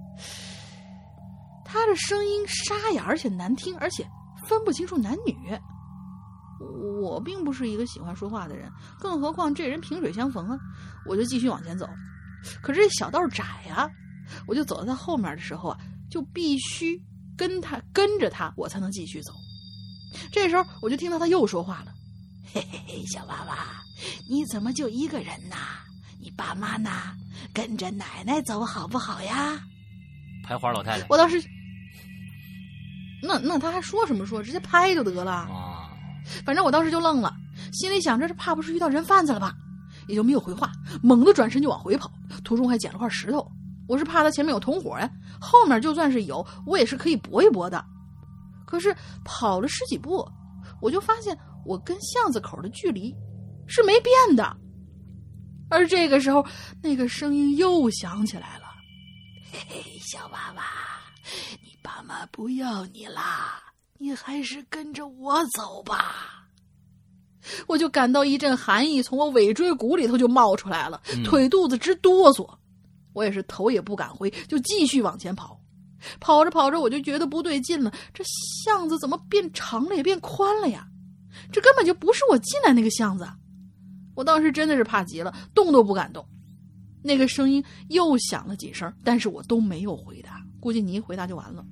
他的声音沙哑而且难听，而且分不清楚男女。我并不是一个喜欢说话的人，更何况这人萍水相逢啊。我就继续往前走，可是这小道窄啊，我就走到他后面的时候啊，就必须跟着他，我才能继续走。这时候我就听到他又说话了：“嘿嘿嘿，小娃娃，你怎么就一个人呐？你爸妈呢？跟着奶奶走好不好呀？” 拍花老太太。 我当时，那他还说什么说？直接拍就得了啊！ 反正我当时就愣了，心里想着这怕不是遇到人贩子了吧，也就没有回话，猛地转身就往回跑，途中还捡了块石头。我是怕他前面有同伙呀，后面就算是有，我也是可以搏一搏的。可是跑了10几步，我就发现我跟巷子口的距离是没变的。而这个时候，那个声音又响起来了：“嘿嘿，小娃娃，你爸妈不要你啦，你还是跟着我走吧。”我就感到一阵寒意从我尾椎骨里头就冒出来了，腿肚子直哆嗦。我也是头也不敢回，就继续往前跑。跑着跑着，我就觉得不对劲了，这巷子怎么变长了也变宽了呀？这根本就不是我进来那个巷子。我当时真的是怕极了，动都不敢动。那个声音又响了几声，但是我都没有回答，估计你一回答就完了。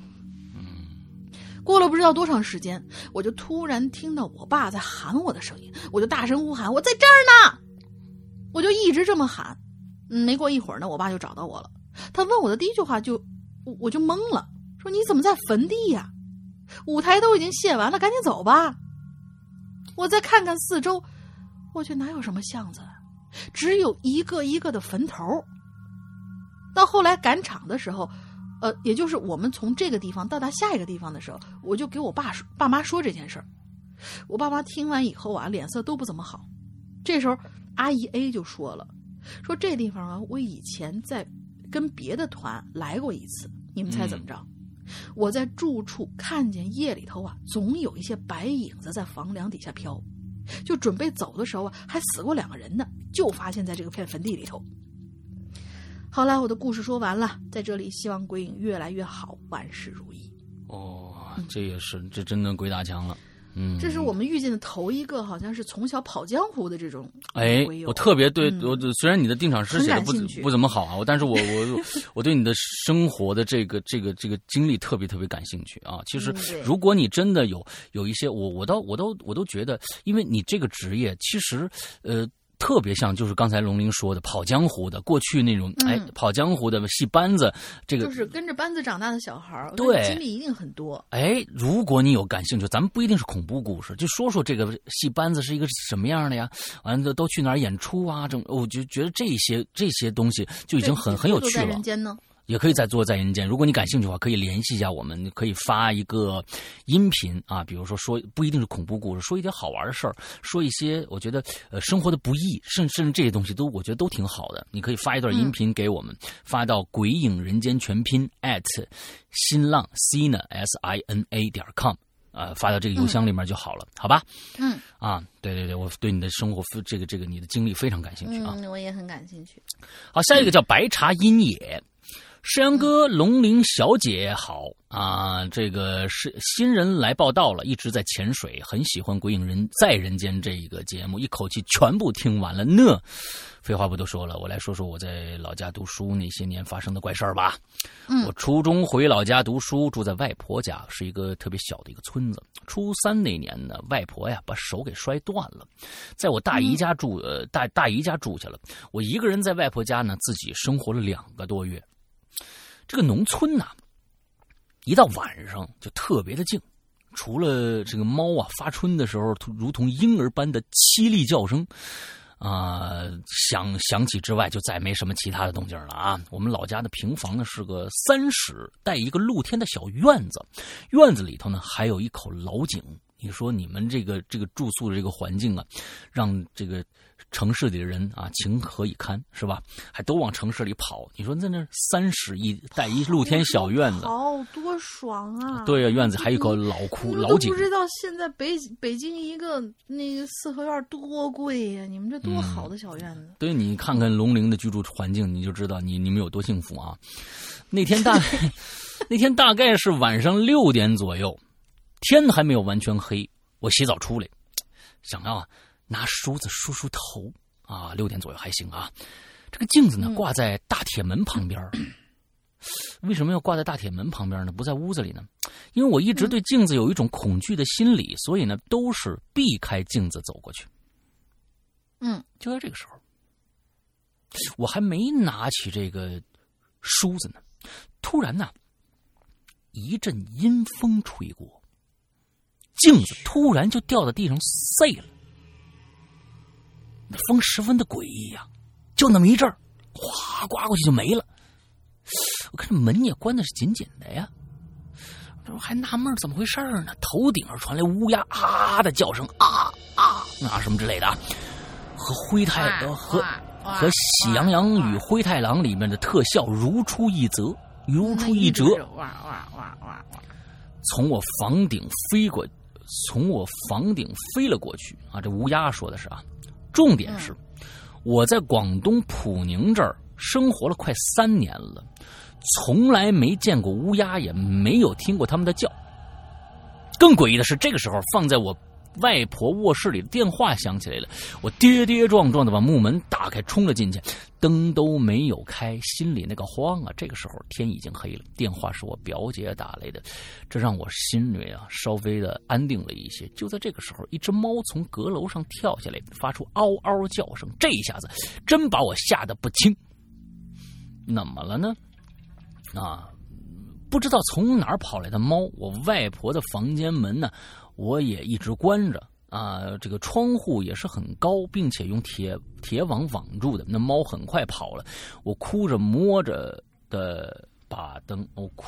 过了不知道多长时间，我就突然听到我爸在喊我的声音，我就大声呼喊：“我在这儿呢！”我就一直这么喊。没过一会儿呢，我爸就找到我了。他问我的第一句话我就懵了，说：“你怎么在坟地呀？舞台都已经卸完了，赶紧走吧。”我再看看四周，我却哪有什么巷子，只有一个一个的坟头。到后来赶场的时候，也就是我们从这个地方到达下一个地方的时候，我就给我爸妈说这件事儿。我爸妈听完以后啊，脸色都不怎么好。这时候阿姨 A 就说了，说这地方啊，我以前在跟别的团来过一次，你们猜怎么着？我在住处看见夜里头啊，总有一些白影子在房梁底下飘，就准备走的时候啊，还死过2个人呢，就发现在这个片坟地里头。好了，我的故事说完了，在这里希望鬼影越来越好，万事如意。 哦，这也是，这真的鬼打墙了。 这是我们遇见的头一个，好像是从小跑江湖的这种。 我特别对我虽然你的定场诗写的不怎么好啊，但是我对你的生活的这个经历特别感兴趣啊。其实如果你真的有一些，我都觉得，因为你这个职业其实特别像就是刚才龙玲说的跑江湖的，过去那种跑江湖的戏班子，这个就是跟着班子长大的小孩， 对， 经历一定很多。 如果你有感兴趣，咱们不一定是恐怖故事，就说这个戏班子是一个什么样的呀？完了都去哪儿演出啊？我就觉得这些东西就已经很有趣了。 人间呢？ 也可以在做在人间。如果你感兴趣的话，可以联系一下我们，可以发一个音频啊，比如说不一定是恐怖故事，说一点好玩的事儿，说一些我觉得生活的不易，甚至这些东西我觉得都挺好的。你可以发一段音频给我们，发到鬼影人间全拼新浪 sina.com 发到这个邮箱里面就好了，好吧？对，我对你的生活这个你的经历非常感兴趣啊。 我也很感兴趣。 好，下一个叫白茶阴野。世阳哥、龙玲小姐好啊！这个是新人来报道了，一直在潜水，很喜欢《鬼影在人间》这个节目，一口气全部听完了呢。废话不多说了，我来说说我在老家读书那些年发生的怪事儿吧。我初中回老家读书，住在外婆家，是一个特别小的一个村子。初3那年呢，外婆呀把手给摔断了，在我大姨家住大姨家住下了。我一个人在外婆家呢，自己生活了2个多月。这个农村呐，一到晚上就特别的静，除了这个猫啊发春的时候如同婴儿般的凄厉叫声响起之外，就再没什么其他的动静了啊。我们老家的平房呢是个3室带一个露天的小院子，院子里头呢还有一口老井， 你说你们这个住宿的这个环境啊，让这个城市里的人啊情何以堪，是吧？还都往城市里跑。你说在那3室带一露天小院子， 好多爽啊！ 对啊，院子还有一个老井。 不知道现在北京一个那个四合院多贵呀！你们这多好的小院子。 对，你看看龙陵的居住环境，你就知道你们有多幸福啊！那天大概是晚上6点左右。天还没有完全黑，我洗澡出来，想要拿梳子梳头啊。6点左右还行啊。这个镜子呢挂在大铁门旁边。为什么要挂在大铁门旁边呢？不在屋子里呢？因为我一直对镜子有一种恐惧的心理，所以呢都是避开镜子走过去。就在这个时候，我还没拿起这个梳子呢，突然呢一阵阴风吹过。镜子突然就掉到地上碎了，那风十分的诡异呀，就那么一阵儿，哗刮过去就没了。我看这门也关的是紧紧的呀，我还纳闷怎么回事呢？头顶上传来乌鸦啊的叫声，啊什么之类的，和喜羊羊与灰太狼里面的特效如出一辙。从我房顶飞了过去啊！这乌鸦说的是啊，重点是我在广东普宁这儿生活了快3年了，从来没见过乌鸦，也没有听过他们的叫。更诡异的是，这个时候放在我外婆卧室里的电话响起来了，我跌跌撞撞的把木门打开，冲了进去，灯都没有开，心里那个慌啊！这个时候天已经黑了，电话是我表姐打来的，这让我心里啊稍微的安定了一些。就在这个时候，一只猫从阁楼上跳下来，发出嗷嗷叫声，这一下子真把我吓得不轻。怎么了呢？不知道从哪儿跑来的猫，我外婆的房间门呢我也一直关着啊，这个窗户也是很高，并且用铁网网住的。那猫很快跑了，我哭着摸着把灯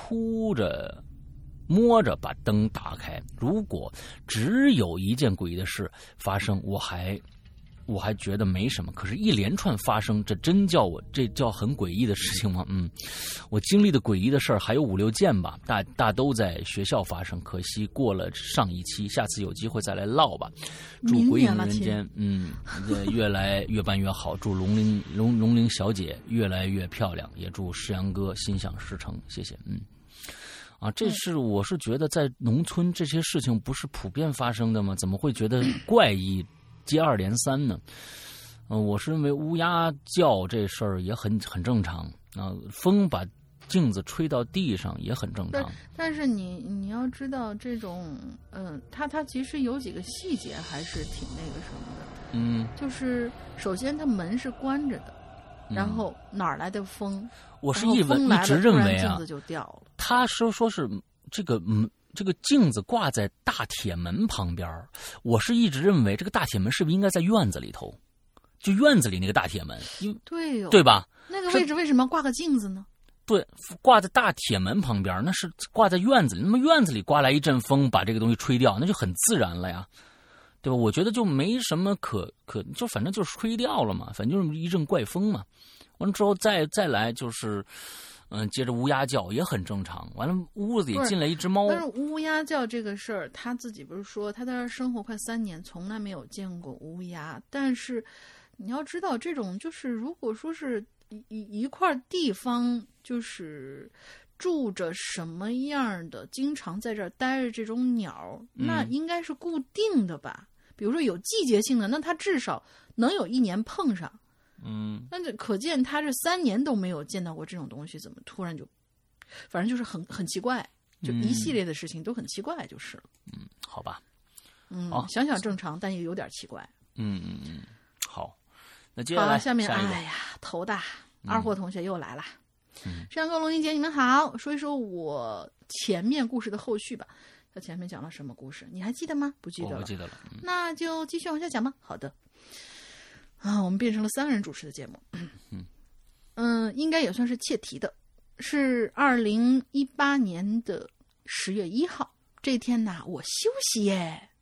打开。如果只有一件诡异的事发生，我还觉得没什么，可是一连串发生，这叫很诡异的事情吗？我经历的诡异的事儿还有5-6件吧，大都在学校发生，可惜过了上一期，下次有机会再来唠吧。祝鬼影人间越办越好，祝龙玲小姐越来越漂亮，也祝石阳哥心想事成，谢谢。我是觉得在农村这些事情不是普遍发生的吗？怎么会觉得怪异接二连三呢？我是认为乌鸦叫这事儿也很正常啊，风把镜子吹到地上也很正常。 但是你要知道，这种它其实有几个细节还是挺那个什么的。就是首先它门是关着的，然后哪儿来的风？ 我是一直认为啊， 镜子就掉了。 他说是这个镜子挂在大铁门旁边，我是一直认为这个大铁门是不是应该在院子里头？就院子里那个大铁门，对吧？ 那个位置为什么要挂个镜子呢？ 对，挂在大铁门旁边，那是挂在院子里。那么院子里刮来一阵风，把这个东西吹掉，那就很自然了呀，对吧？我觉得就没什么就反正就是吹掉了嘛，反正就是一阵怪风嘛。完了之后再来就是。接着乌鸦叫也很正常。完了，屋子里进来一只猫。 但是乌鸦叫这个事儿，他自己不是说他在这儿生活快3年，从来没有见过乌鸦。但是你要知道，这种就是如果说是一块地方，就是住着什么样的，经常在这儿待着这种鸟，那应该是固定的吧？比如说有季节性的，那它至少能有1年碰上。那这可见他这3年都没有见到过这种东西，怎么突然就，反正就是很奇怪，就一系列的事情都很奇怪，就是了。 好吧。 想想正常，但也有点奇怪。 好，那接下来好了，下面哎呀，头大二货同学又来了。山哥、龙英姐，你们好，说一说我前面故事的后续吧。他前面讲了什么故事？你还记得吗？不记得了。 我不记得了。 那就继续往下讲吧。好的。我们变成了3个人主持的节目。应该也算是切题的。是2018年的10月1号这天呢，我休息耶。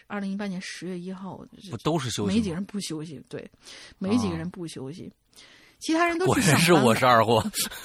2018年10月1号， 不都是休息？ 没几个人不休息，对，没几个人不休息，其他人都去上班了。 果然是我是二货。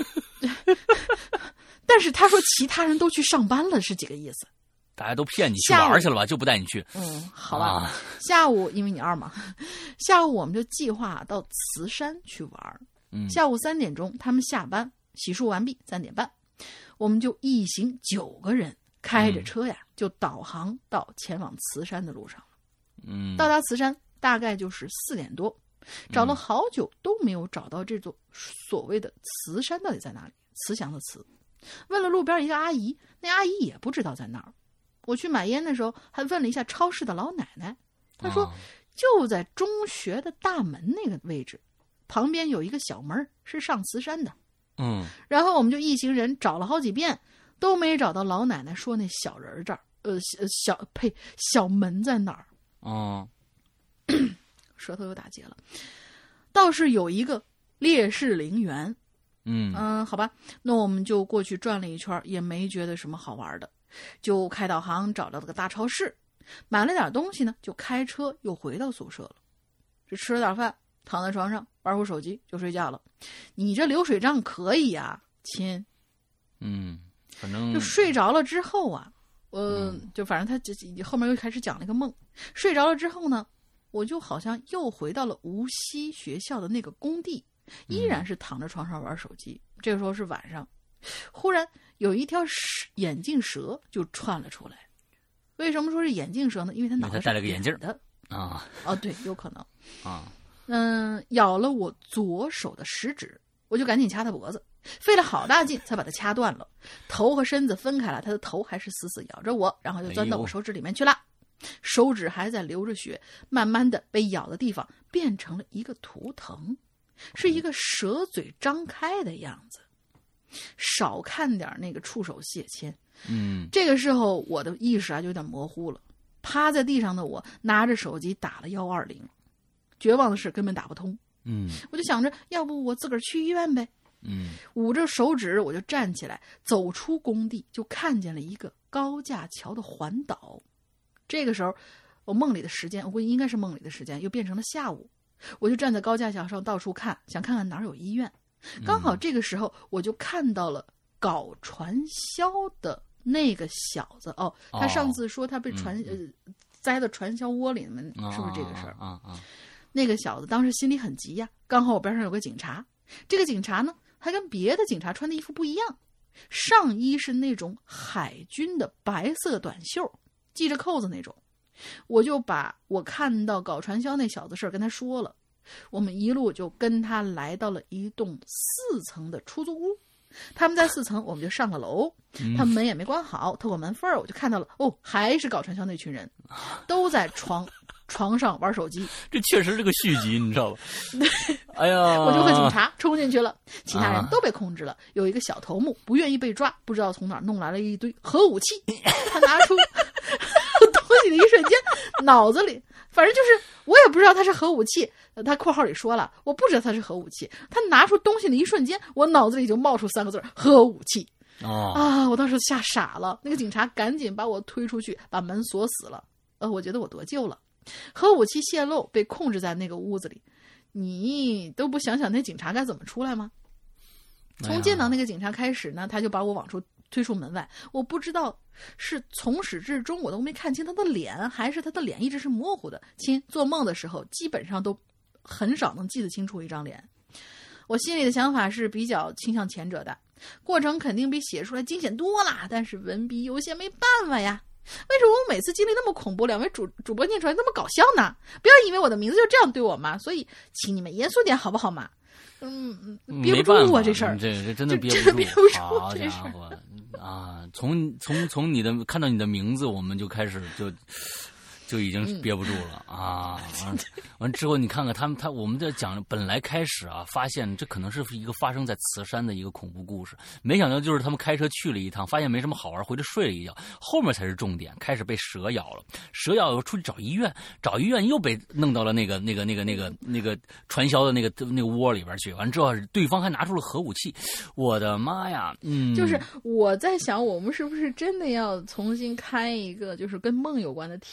但是他说其他人都去上班了是几个意思？ 大家都骗你去玩去了吧，就不带你去。 好吧。下午因为你二嘛，下午我们就计划到慈山去玩。下午3点钟他们下班，洗漱完毕，3点半，我们就一行9个人开着车呀，就导航到前往慈山的路上了。到达慈山大概就是4点多，找了好久都没有找到这座所谓的慈山到底在哪里，慈祥的慈。问了路边一个阿姨，那阿姨也不知道在哪儿。我去买烟的时候还问了一下超市的老奶奶，她说就在中学的大门那个位置，旁边有一个小门是上慈山的。然后我们就一行人找了好几遍，都没找到老奶奶说那小人这儿，小门在哪儿？舌头又打结了。倒是有一个烈士陵园。好吧，那我们就过去转了一圈，也没觉得什么好玩的，就开导航找到了个大超市，买了点东西呢，就开车又回到宿舍了。这吃了点饭，躺在床上玩会手机就睡觉了。你这流水账可以啊，亲。 反正就睡着了之后啊，就反正他后面又开始讲了一个梦。睡着了之后呢，我就好像又回到了无锡学校的那个工地，依然是躺着床上玩手机。这个时候是晚上，忽然有一条眼镜蛇就窜了出来。为什么说是眼镜蛇呢？因为它脑袋戴了个眼镜的啊。 对，有可能啊。 咬了我左手的食指，我就赶紧掐他脖子，费了好大劲才把它掐断了。头和身子分开了，他的头还是死死咬着我，然后就钻到我手指里面去了。手指还在流着血，慢慢的被咬的地方变成了一个图腾，是一个蛇嘴张开的样子。少看点那个触手戏，亲。这个时候我的意识就有点模糊了。趴在地上的我拿着手机打了120，绝望的是根本打不通。我就想着要不我自个儿去医院呗。捂着手指我就站起来，走出工地，就看见了一个高架桥的环岛。这个时候我梦里的时间，我估计应该是梦里的时间，又变成了下午。我就站在高架桥上到处看，想看看哪儿有医院。刚好这个时候我就看到了搞传销的那个小子。他上次说他被栽到传销窝里面，是不是这个事儿？那个小子当时心里很急呀。刚好我边上有个警察，这个警察呢还跟别的警察穿的衣服不一样，上衣是那种海军的白色短袖，系着扣子那种。我就把我看到搞传销那小子事儿跟他说了。我们一路就跟他来到了一栋4层的出租屋，他们在4层，我们就上了楼。他们门也没关好，透过门缝我就看到了，还是搞传销那群人，都在床上玩手机。 这确实是个续集，你知道吧？哎呀， 我就和警察冲进去了，其他人都被控制了。有一个小头目不愿意被抓，不知道从哪儿弄来了一堆核武器。他拿出东西的一瞬间，脑子里反正就是我也不知道他是核武器。他括号里说了，我不知道他是核武器。他拿出东西的一瞬间，我脑子里就冒出3个字：核武器。我当时吓傻了。那个警察赶紧把我推出去，把门锁死了。我觉得我得救了。核武器泄露，被控制在那个屋子里，你都不想想那警察该怎么出来吗？从见到那个警察开始呢，他就把我往出推出门外。我不知道是从始至终我都没看清他的脸，还是他的脸一直是模糊的。做梦的时候基本上都很少能记得清楚一张脸。我心里的想法是比较倾向前者的，过程肯定比写出来惊险多了，但是文笔有限，没办法呀。为什么我每次经历那么恐怖，2位主播念出来那么搞笑呢？不要以为我的名字就这样对我嘛，所以请你们严肃点好不好嘛？憋不住啊，这事儿， 这真的憋不住， 好家伙啊！从你的看到你的名字，我们就开始就已经憋不住了啊！完之后，你看看我们在讲，本来开始发现这可能是一个发生在慈山的一个恐怖故事，没想到就是他们开车去了一趟，发现没什么好玩，回去睡了一觉，后面才是重点，开始被蛇咬了，蛇咬又出去找医院又被弄到了那个传销的那个窝里边去，完之后对方还拿出了核武器，我的妈呀！ 就是我在想，我们是不是真的要重新开一个就是跟梦有关的帖子？我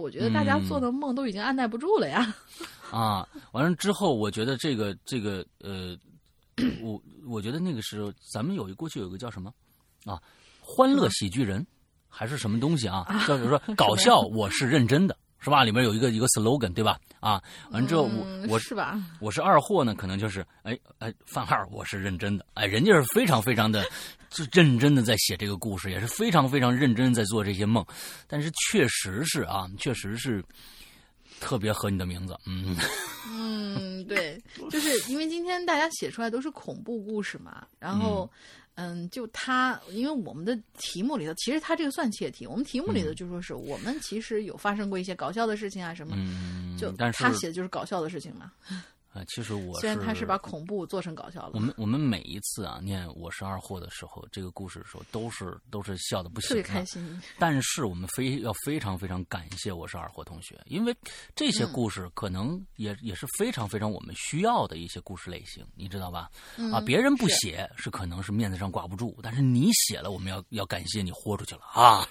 我觉得大家做的梦都已经按耐不住了呀。 啊，完了之后，我觉得这个我觉得那个时候咱们过去有一个叫什么啊，欢乐喜剧人还是什么东西啊？叫做说搞笑，我是认真的。是吧？里面有一个 slogan， 对吧？啊，完之后我是吧？ 我是二货呢，可能就是饭号我是认真的，人家是非常非常的认真的在写这个故事，也是非常非常认真在做这些梦，但是确实是特别合你的名字， 对，就是因为今天大家写出来都是恐怖故事嘛，然后。就因为我们的题目里头，其实他这个算切题。我们题目里头就说是我们其实有发生过一些搞笑的事情啊什么，但是他写的就是搞笑的事情嘛。 其实虽然他是把恐怖做成搞笑了。 我们每一次啊念我是二货的时候，这个故事的时候都是笑的不行， 特别开心。 但是我们要非常非常感谢我是二货同学，因为这些故事可能也是非常非常我们需要的一些故事类型，你知道吧？别人不写是可能是面子上挂不住，但是你写了，我们要感谢你豁出去了啊！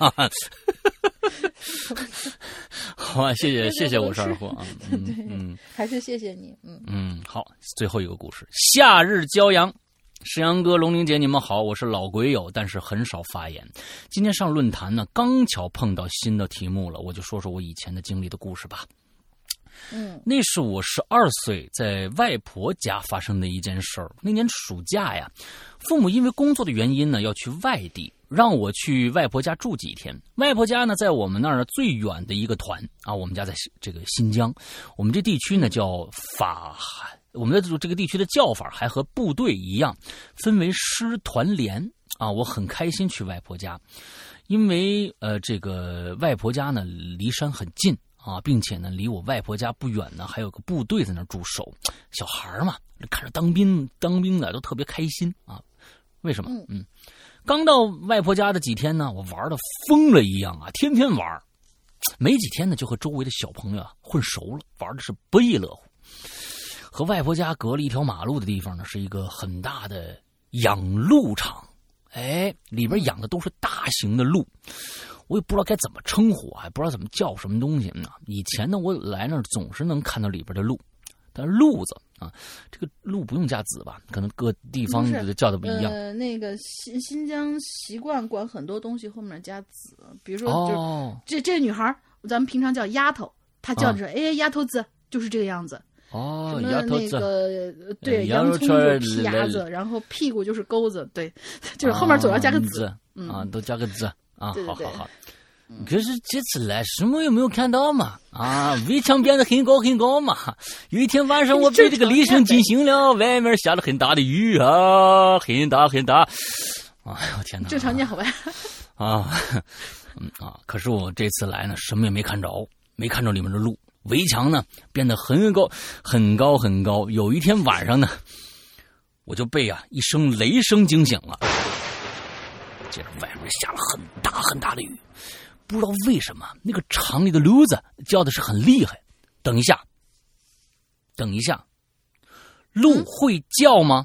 好啊，谢谢我是二货啊， 还是谢谢你， 好，最后一个故事，夏日骄阳。石阳哥、龙玲姐，你们好，我是老鬼友，但是很少发言。今天上论坛呢，刚巧碰到新的题目了，我就说说我以前的经历的故事吧。那是我12岁在外婆家发生的一件事儿。那年暑假呀，父母因为工作的原因呢，要去外地，让我去外婆家住几天。外婆家呢，在我们那儿最远的一个团啊，我们家在这个新疆，我们这地区呢叫我们的这个地区的叫法还和部队一样，分为师团连啊。我很开心去外婆家，因为这个外婆家呢离山很近啊，并且呢离我外婆家不远呢还有个部队在那驻守。小孩嘛，看着当兵的都特别开心啊。为什么？刚到外婆家的几天呢，我玩的疯了一样啊，天天玩。没几天呢，就和周围的小朋友混熟了，玩的是不亦乐乎。和外婆家隔了一条马路的地方呢，是一个很大的养鹿场，里边养的都是大型的鹿，我也不知道该怎么称呼，还不知道怎么叫什么东西呢。以前呢，我来那儿总是能看到里边的鹿，但是鹿子啊，这个鹿不用加子吧？可能各地方叫的不一样。 那个新疆习惯管很多东西后面加子，比如说这女孩，咱们平常叫丫头，她叫着丫头子，就是这个样子。 丫头子， 那个对，洋葱就是皮牙子，然后屁股就是钩子，对，就是后面总要加个子啊，都加个子啊， 对好。可是这次来什么也没有看到嘛，围墙变得很高嘛。有一天晚上，我被这个铃声惊醒了，外面下了很大的雨啊，很大。哎呦天哪！ 正常念好呗。 可是我这次来呢，什么也没看着里面的鹿。围墙呢变得很高。有一天晚上呢，我就被一声雷声惊醒了。接着外面下了很大的雨，不知道为什么那个场里的驴子叫的是很厉害。等一下，鹿会叫吗？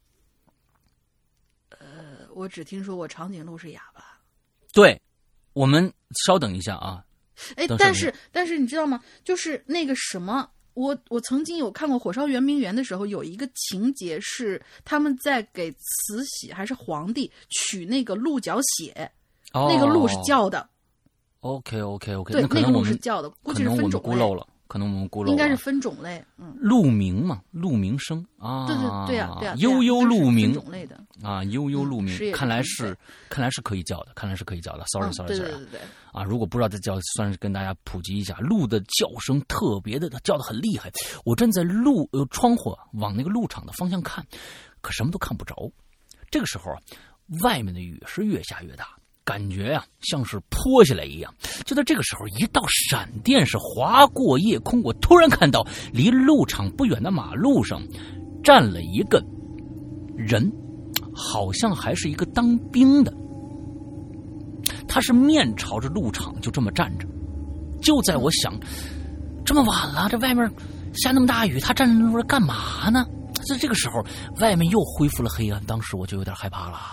我只听说过长颈鹿是哑巴。 对，我们稍等一下啊。 但是你知道吗？就是那个什么，我曾经有看过《火烧圆明园》的时候，有一个情节是他们在给慈禧还是皇帝取那个鹿角血，那个鹿是叫的。 OK， 对，那个鹿是叫的，估计是分种类。 可能我们孤陋了， 应该是分种类。 鹿鸣嘛，鹿鸣声啊。 对呀， 悠悠鹿鸣种类的啊，悠悠鹿鸣，看来是可以叫的，sorry。 对。 如果不知道再叫，算是跟大家普及一下，鹿的叫声特别的，叫得很厉害。我站在窗户往那个鹿场的方向看，可什么都看不着。这个时候外面的雨是越下越大。感觉像是泼下来一样。就在这个时候，一道闪电是划过夜空，我突然看到离鹿场不远的马路上站了一个人，好像还是一个当兵的。他是面朝着鹿场就这么站着。就在我想，这么晚了，这外面下那么大雨，他站在路上干嘛呢？在这个时候，外面又恢复了黑暗，当时我就有点害怕了。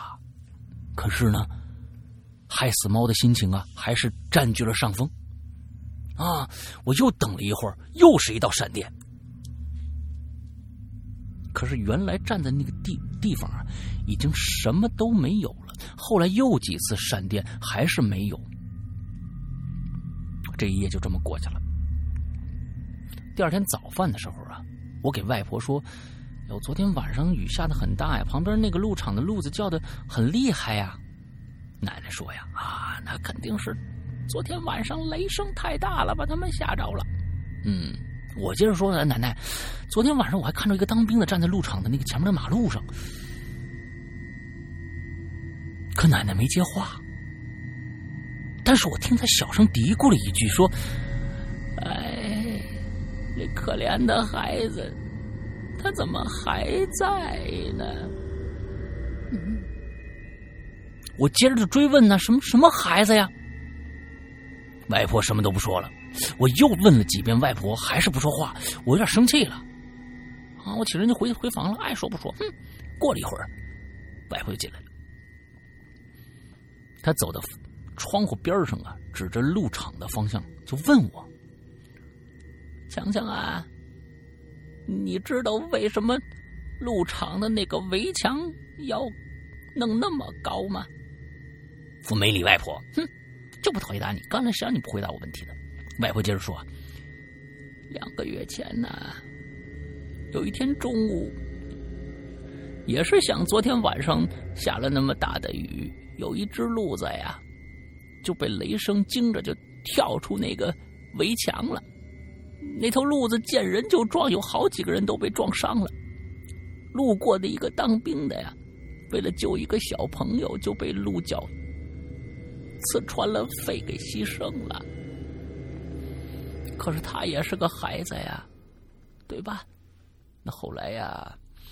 可是呢，害死猫的心情还是占据了上风。 啊！我又等了一会儿，又是一道闪电。可是原来站在那个地方啊，已经什么都没有了。后来又几次闪电，还是没有。这一夜就这么过去了。第二天早饭的时候啊，我给外婆说：“哟，昨天晚上雨下得很大呀，旁边那个鹿场的鹿子叫得很厉害呀。”奶奶说呀：“啊，那肯定是昨天晚上雷声太大了，把他们吓着了。”我接着说呢，奶奶，昨天晚上我还看到一个当兵的站在鹿场的那个前面的马路上，可奶奶没接话。但是我听她小声嘀咕了一句，说：“哎，这可怜的孩子，他怎么还在呢？”我接着就追问呢，什么孩子呀？外婆什么都不说了。我又问了几遍，外婆还是不说话，我有点生气了。啊，我请人就回房了，爱说不说。过了一会儿，外婆就进来了。她走到窗户边上啊，指着鹿场的方向就问我：“强强啊，你知道为什么鹿场的那个围墙要弄那么高吗？”我没理外婆，就不回答你。刚才谁让你不回答我问题的？外婆接着说：“2个月前呢，有一天中午，也是像昨天晚上下了那么大的雨，有一只鹿子呀，就被雷声惊着，就跳出那个围墙了。那头鹿子见人就撞，有好几个人都被撞伤了。路过的一个当兵的呀，为了救一个小朋友，就被鹿角刺穿了肺，给牺牲了。可是他也是个孩子呀，对吧？那后来呀，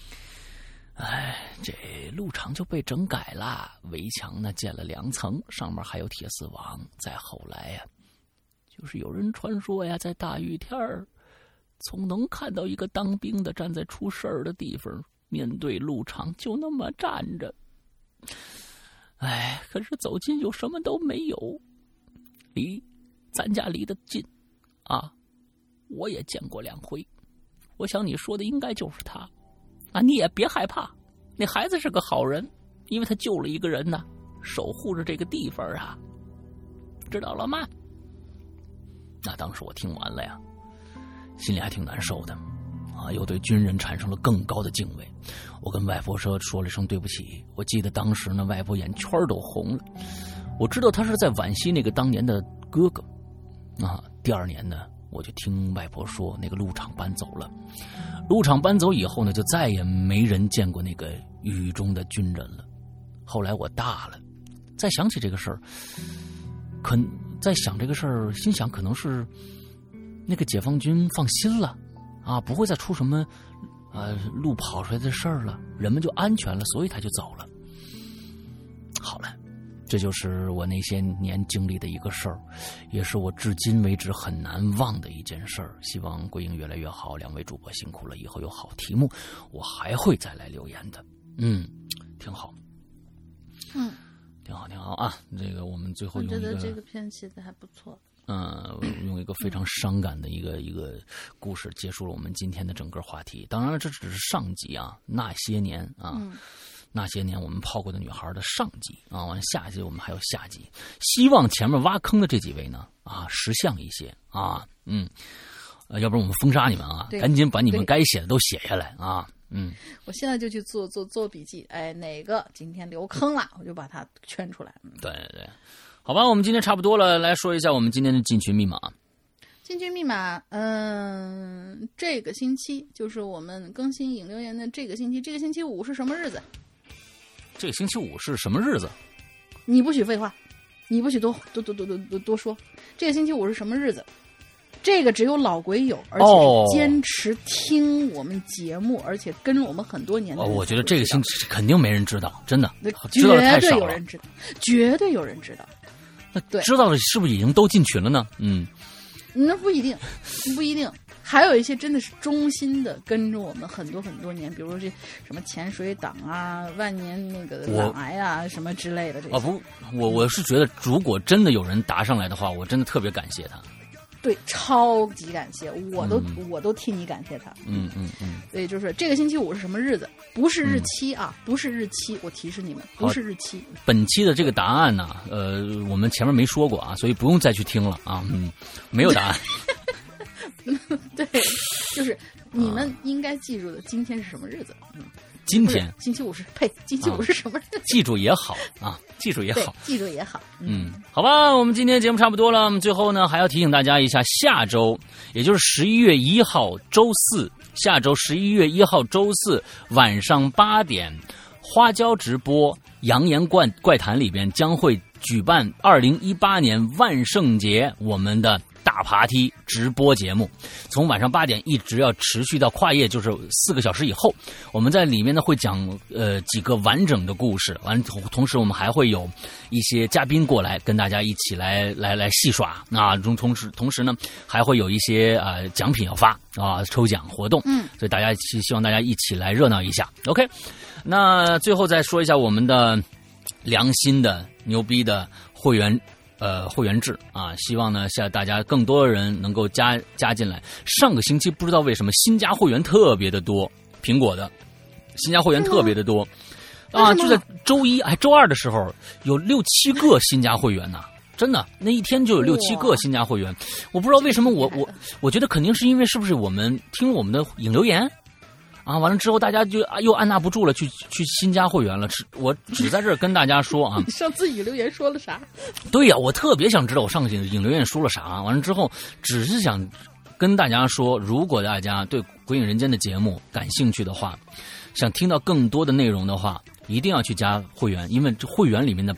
这鹿场就被整改了，围墙呢建了2层，上面还有铁丝网。再后来呀，就是有人传说呀，在大雨天儿，总能看到一个当兵的站在出事儿的地方，面对鹿场就那么站着。可是走近又什么都没有，离咱家离得近啊，我也见过2回。我想你说的应该就是他啊，你也别害怕，那孩子是个好人，因为他救了一个人呢，守护着这个地方啊，知道了吗？那当时我听完了呀，心里还挺难受的啊，又对军人产生了更高的敬畏。我跟外婆说了声对不起，我记得当时呢，外婆眼圈都红了。我知道她是在惋惜那个当年的哥哥啊。第2年呢，我就听外婆说，那个鹿场搬走了。鹿场搬走以后呢，就再也没人见过那个雨中的军人了。后来我大了，再想起这个事儿，心想可能是那个解放军放心了啊，不会再出什么鹿跑出来的事儿了，人们就安全了，所以他就走了。好了，这就是我那些年经历的一个事儿，也是我至今为止很难忘的一件事儿。希望桂英越来越好，2位主播辛苦了，以后有好题目我还会再来留言的。挺好。挺好啊！这个我们最后用一个， 我觉得这个片写的还不错。 用一个非常伤感的一个故事结束了我们今天的整个话题。当然了，这只是上集啊，那些年啊，那些年我们泡过的女孩的上集啊，完了下集我们还有下集。希望前面挖坑的这几位呢识相一些啊，要不然我们封杀你们啊！赶紧把你们该写的都写下来啊！ 我现在就去做笔记，哪个今天留坑了，我就把它圈出来。 对，好吧，我们今天差不多了，来说一下我们今天的进群密码。 进群密码，这个星期就是我们更新引留言的这个星期5是什么日子？ 这个星期5是什么日子？ 你不许废话，你不许多说。这个星期5是什么日子？这个只有老鬼友，而且是坚持听我们节目，而且跟我们很多年的人。 我觉得这个星期肯定没人知道，真的， 绝知道的太少了。 对有人知道，绝对有人知道。对， 知道的是不是已经都进群了呢？ 那不一定，还有一些真的是衷心的跟着我们很多很多年，比如说这什么潜水党啊、万年那个懒癌啊什么之类的这些。我是觉得，如果真的有人答上来的话，我真的特别感谢他。 对，超级感谢，我都替你感谢他。对，就是这个星期五是什么日子？不是日期啊，不是日期，我提示你们，不是日期。 本期的这个答案呢，我们前面没说过啊，所以不用再去听了啊，没有答案。 对，就是你们应该记住的，今天是什么日子？ 今天星期五是星期五是什么日子？ 记住也好啊，记住也好， 记住也好。 好吧，我们今天节目差不多了。我们最后呢，还要提醒大家一下，下周也就是11月1号周四，下周11月1号周四晚上8点，花椒直播扬言怪谈里边将会举办2018年万圣节我们的大爬梯直播节目，从晚上8点一直要持续到跨夜，就是4个小时以后。我们在里面呢会讲几个完整的故事，同时我们还会有一些嘉宾过来跟大家一起来戏耍啊，同时呢还会有一些奖品要发啊，抽奖活动，所以大家希望大家一起来热闹一下。OK， 那最后再说一下我们的良心的牛逼的会员制啊，希望呢大家更多的人能够加进来。上个星期不知道为什么新加会员特别的多，苹果的新加会员特别的多啊，就在周一周二的时候有6-7个新加会员呐，真的那一天就有6-7个新加会员。我不知道为什么，我觉得肯定是因为是不是我们听我们的引留言啊，完了之后大家就又按捺不住了，去新加会员了。我只在这儿跟大家说啊， 你上次引留言说了啥？ 对呀，我特别想知道我上次引留言说了啥。完了之后，只是想跟大家说，如果大家对《鬼影人间》的节目感兴趣的话，想听到更多的内容的话，一定要去加会员，因为会员里面的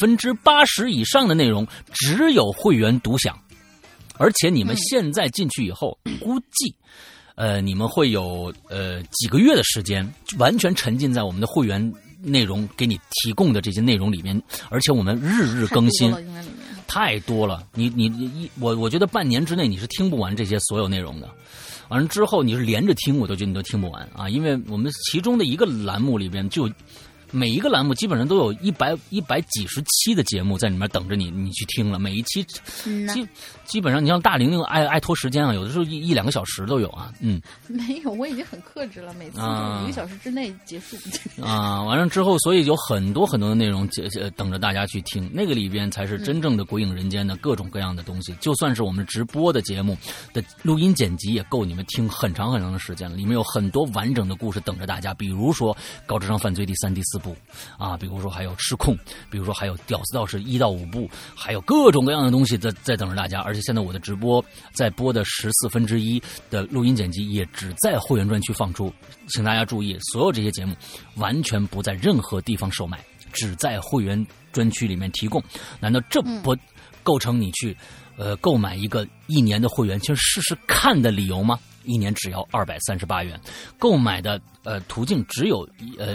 80%以上的内容只有会员独享，而且你们现在进去以后，估计。你们会有几个月的时间，完全沉浸在我们的会员内容给你提供的这些内容里面，而且我们日更新，太多了。我觉得半年之内你是听不完这些所有内容的。完了之后你是连着听，我都觉得你都听不完啊，因为我们其中的一个栏目里边就。每一个栏目基本上都有100几十期的节目在里面等着你去听了，每一期基本上你像大玲玲爱拖时间啊，有的时候1-2个小时都有啊。 没有，我已经很克制了，每次都1个小时之内结束啊。完了之后，所以有很多的内容等着大家去听，那个里边才是真正的鬼影人间的各种各样的东西。就算是我们直播的节目的录音剪辑，也够你们听很长很长的时间了。里面有很多完整的故事等着大家，比如说高智商犯罪第3、第4部啊，比如说还有失控，比如说还有屌丝道士1到5部，还有各种各样的东西在等着大家。而且现在我的直播在播的1/14的录音剪辑也只在会员专区放出，请大家注意，所有这些节目完全不在任何地方售卖，只在会员专区里面提供。难道这不构成你去购买一个1年的会员去试试看的理由吗？1年只要238元，购买的途径只有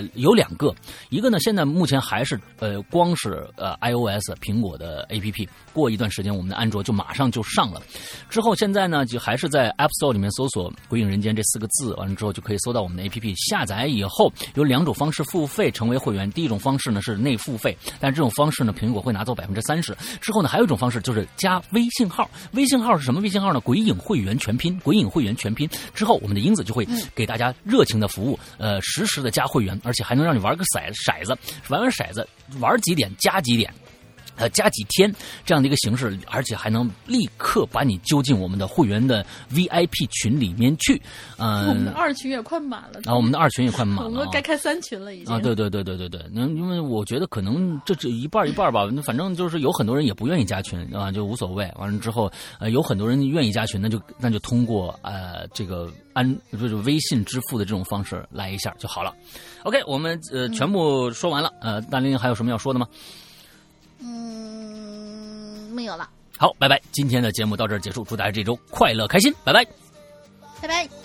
2个，一个呢现在目前还是光是iOS 苹果的 APP， 过一段时间我们的安卓就马上就上了。之后现在呢就还是在 App Store 里面搜索“鬼影人间”这4个字，完了之后就可以搜到我们的 APP。下载以后有2种方式付费成为会员，第一种方式呢是内付费，但这种方式呢苹果会拿走30%。之后呢还有一种方式就是加微信号，微信号是什么微信号呢？鬼影会员全拼，鬼影会员全拼。之后我们的英子就会给大家热情的服务，实时的加会员，而且还能让你玩个骰子，玩完骰子玩几点加几点。加几天这样的一个形式，而且还能立刻把你揪进我们的会员的 VIP 群里面去。 我们的2群也快满了。 我们的2群也快满了。 我们该开3群了已经。 对。因为我觉得可能这一半吧，反正就是有很多人也不愿意加群啊，就无所谓。完了之后，有很多人愿意加群，那就通过这个就是微信支付的这种方式来一下就好了。OK， 我们全部说完了。大玲还有什么要说的吗？ 没有了。 好，拜拜。今天的节目到这儿结束，祝大家这周快乐开心，拜拜， 拜拜。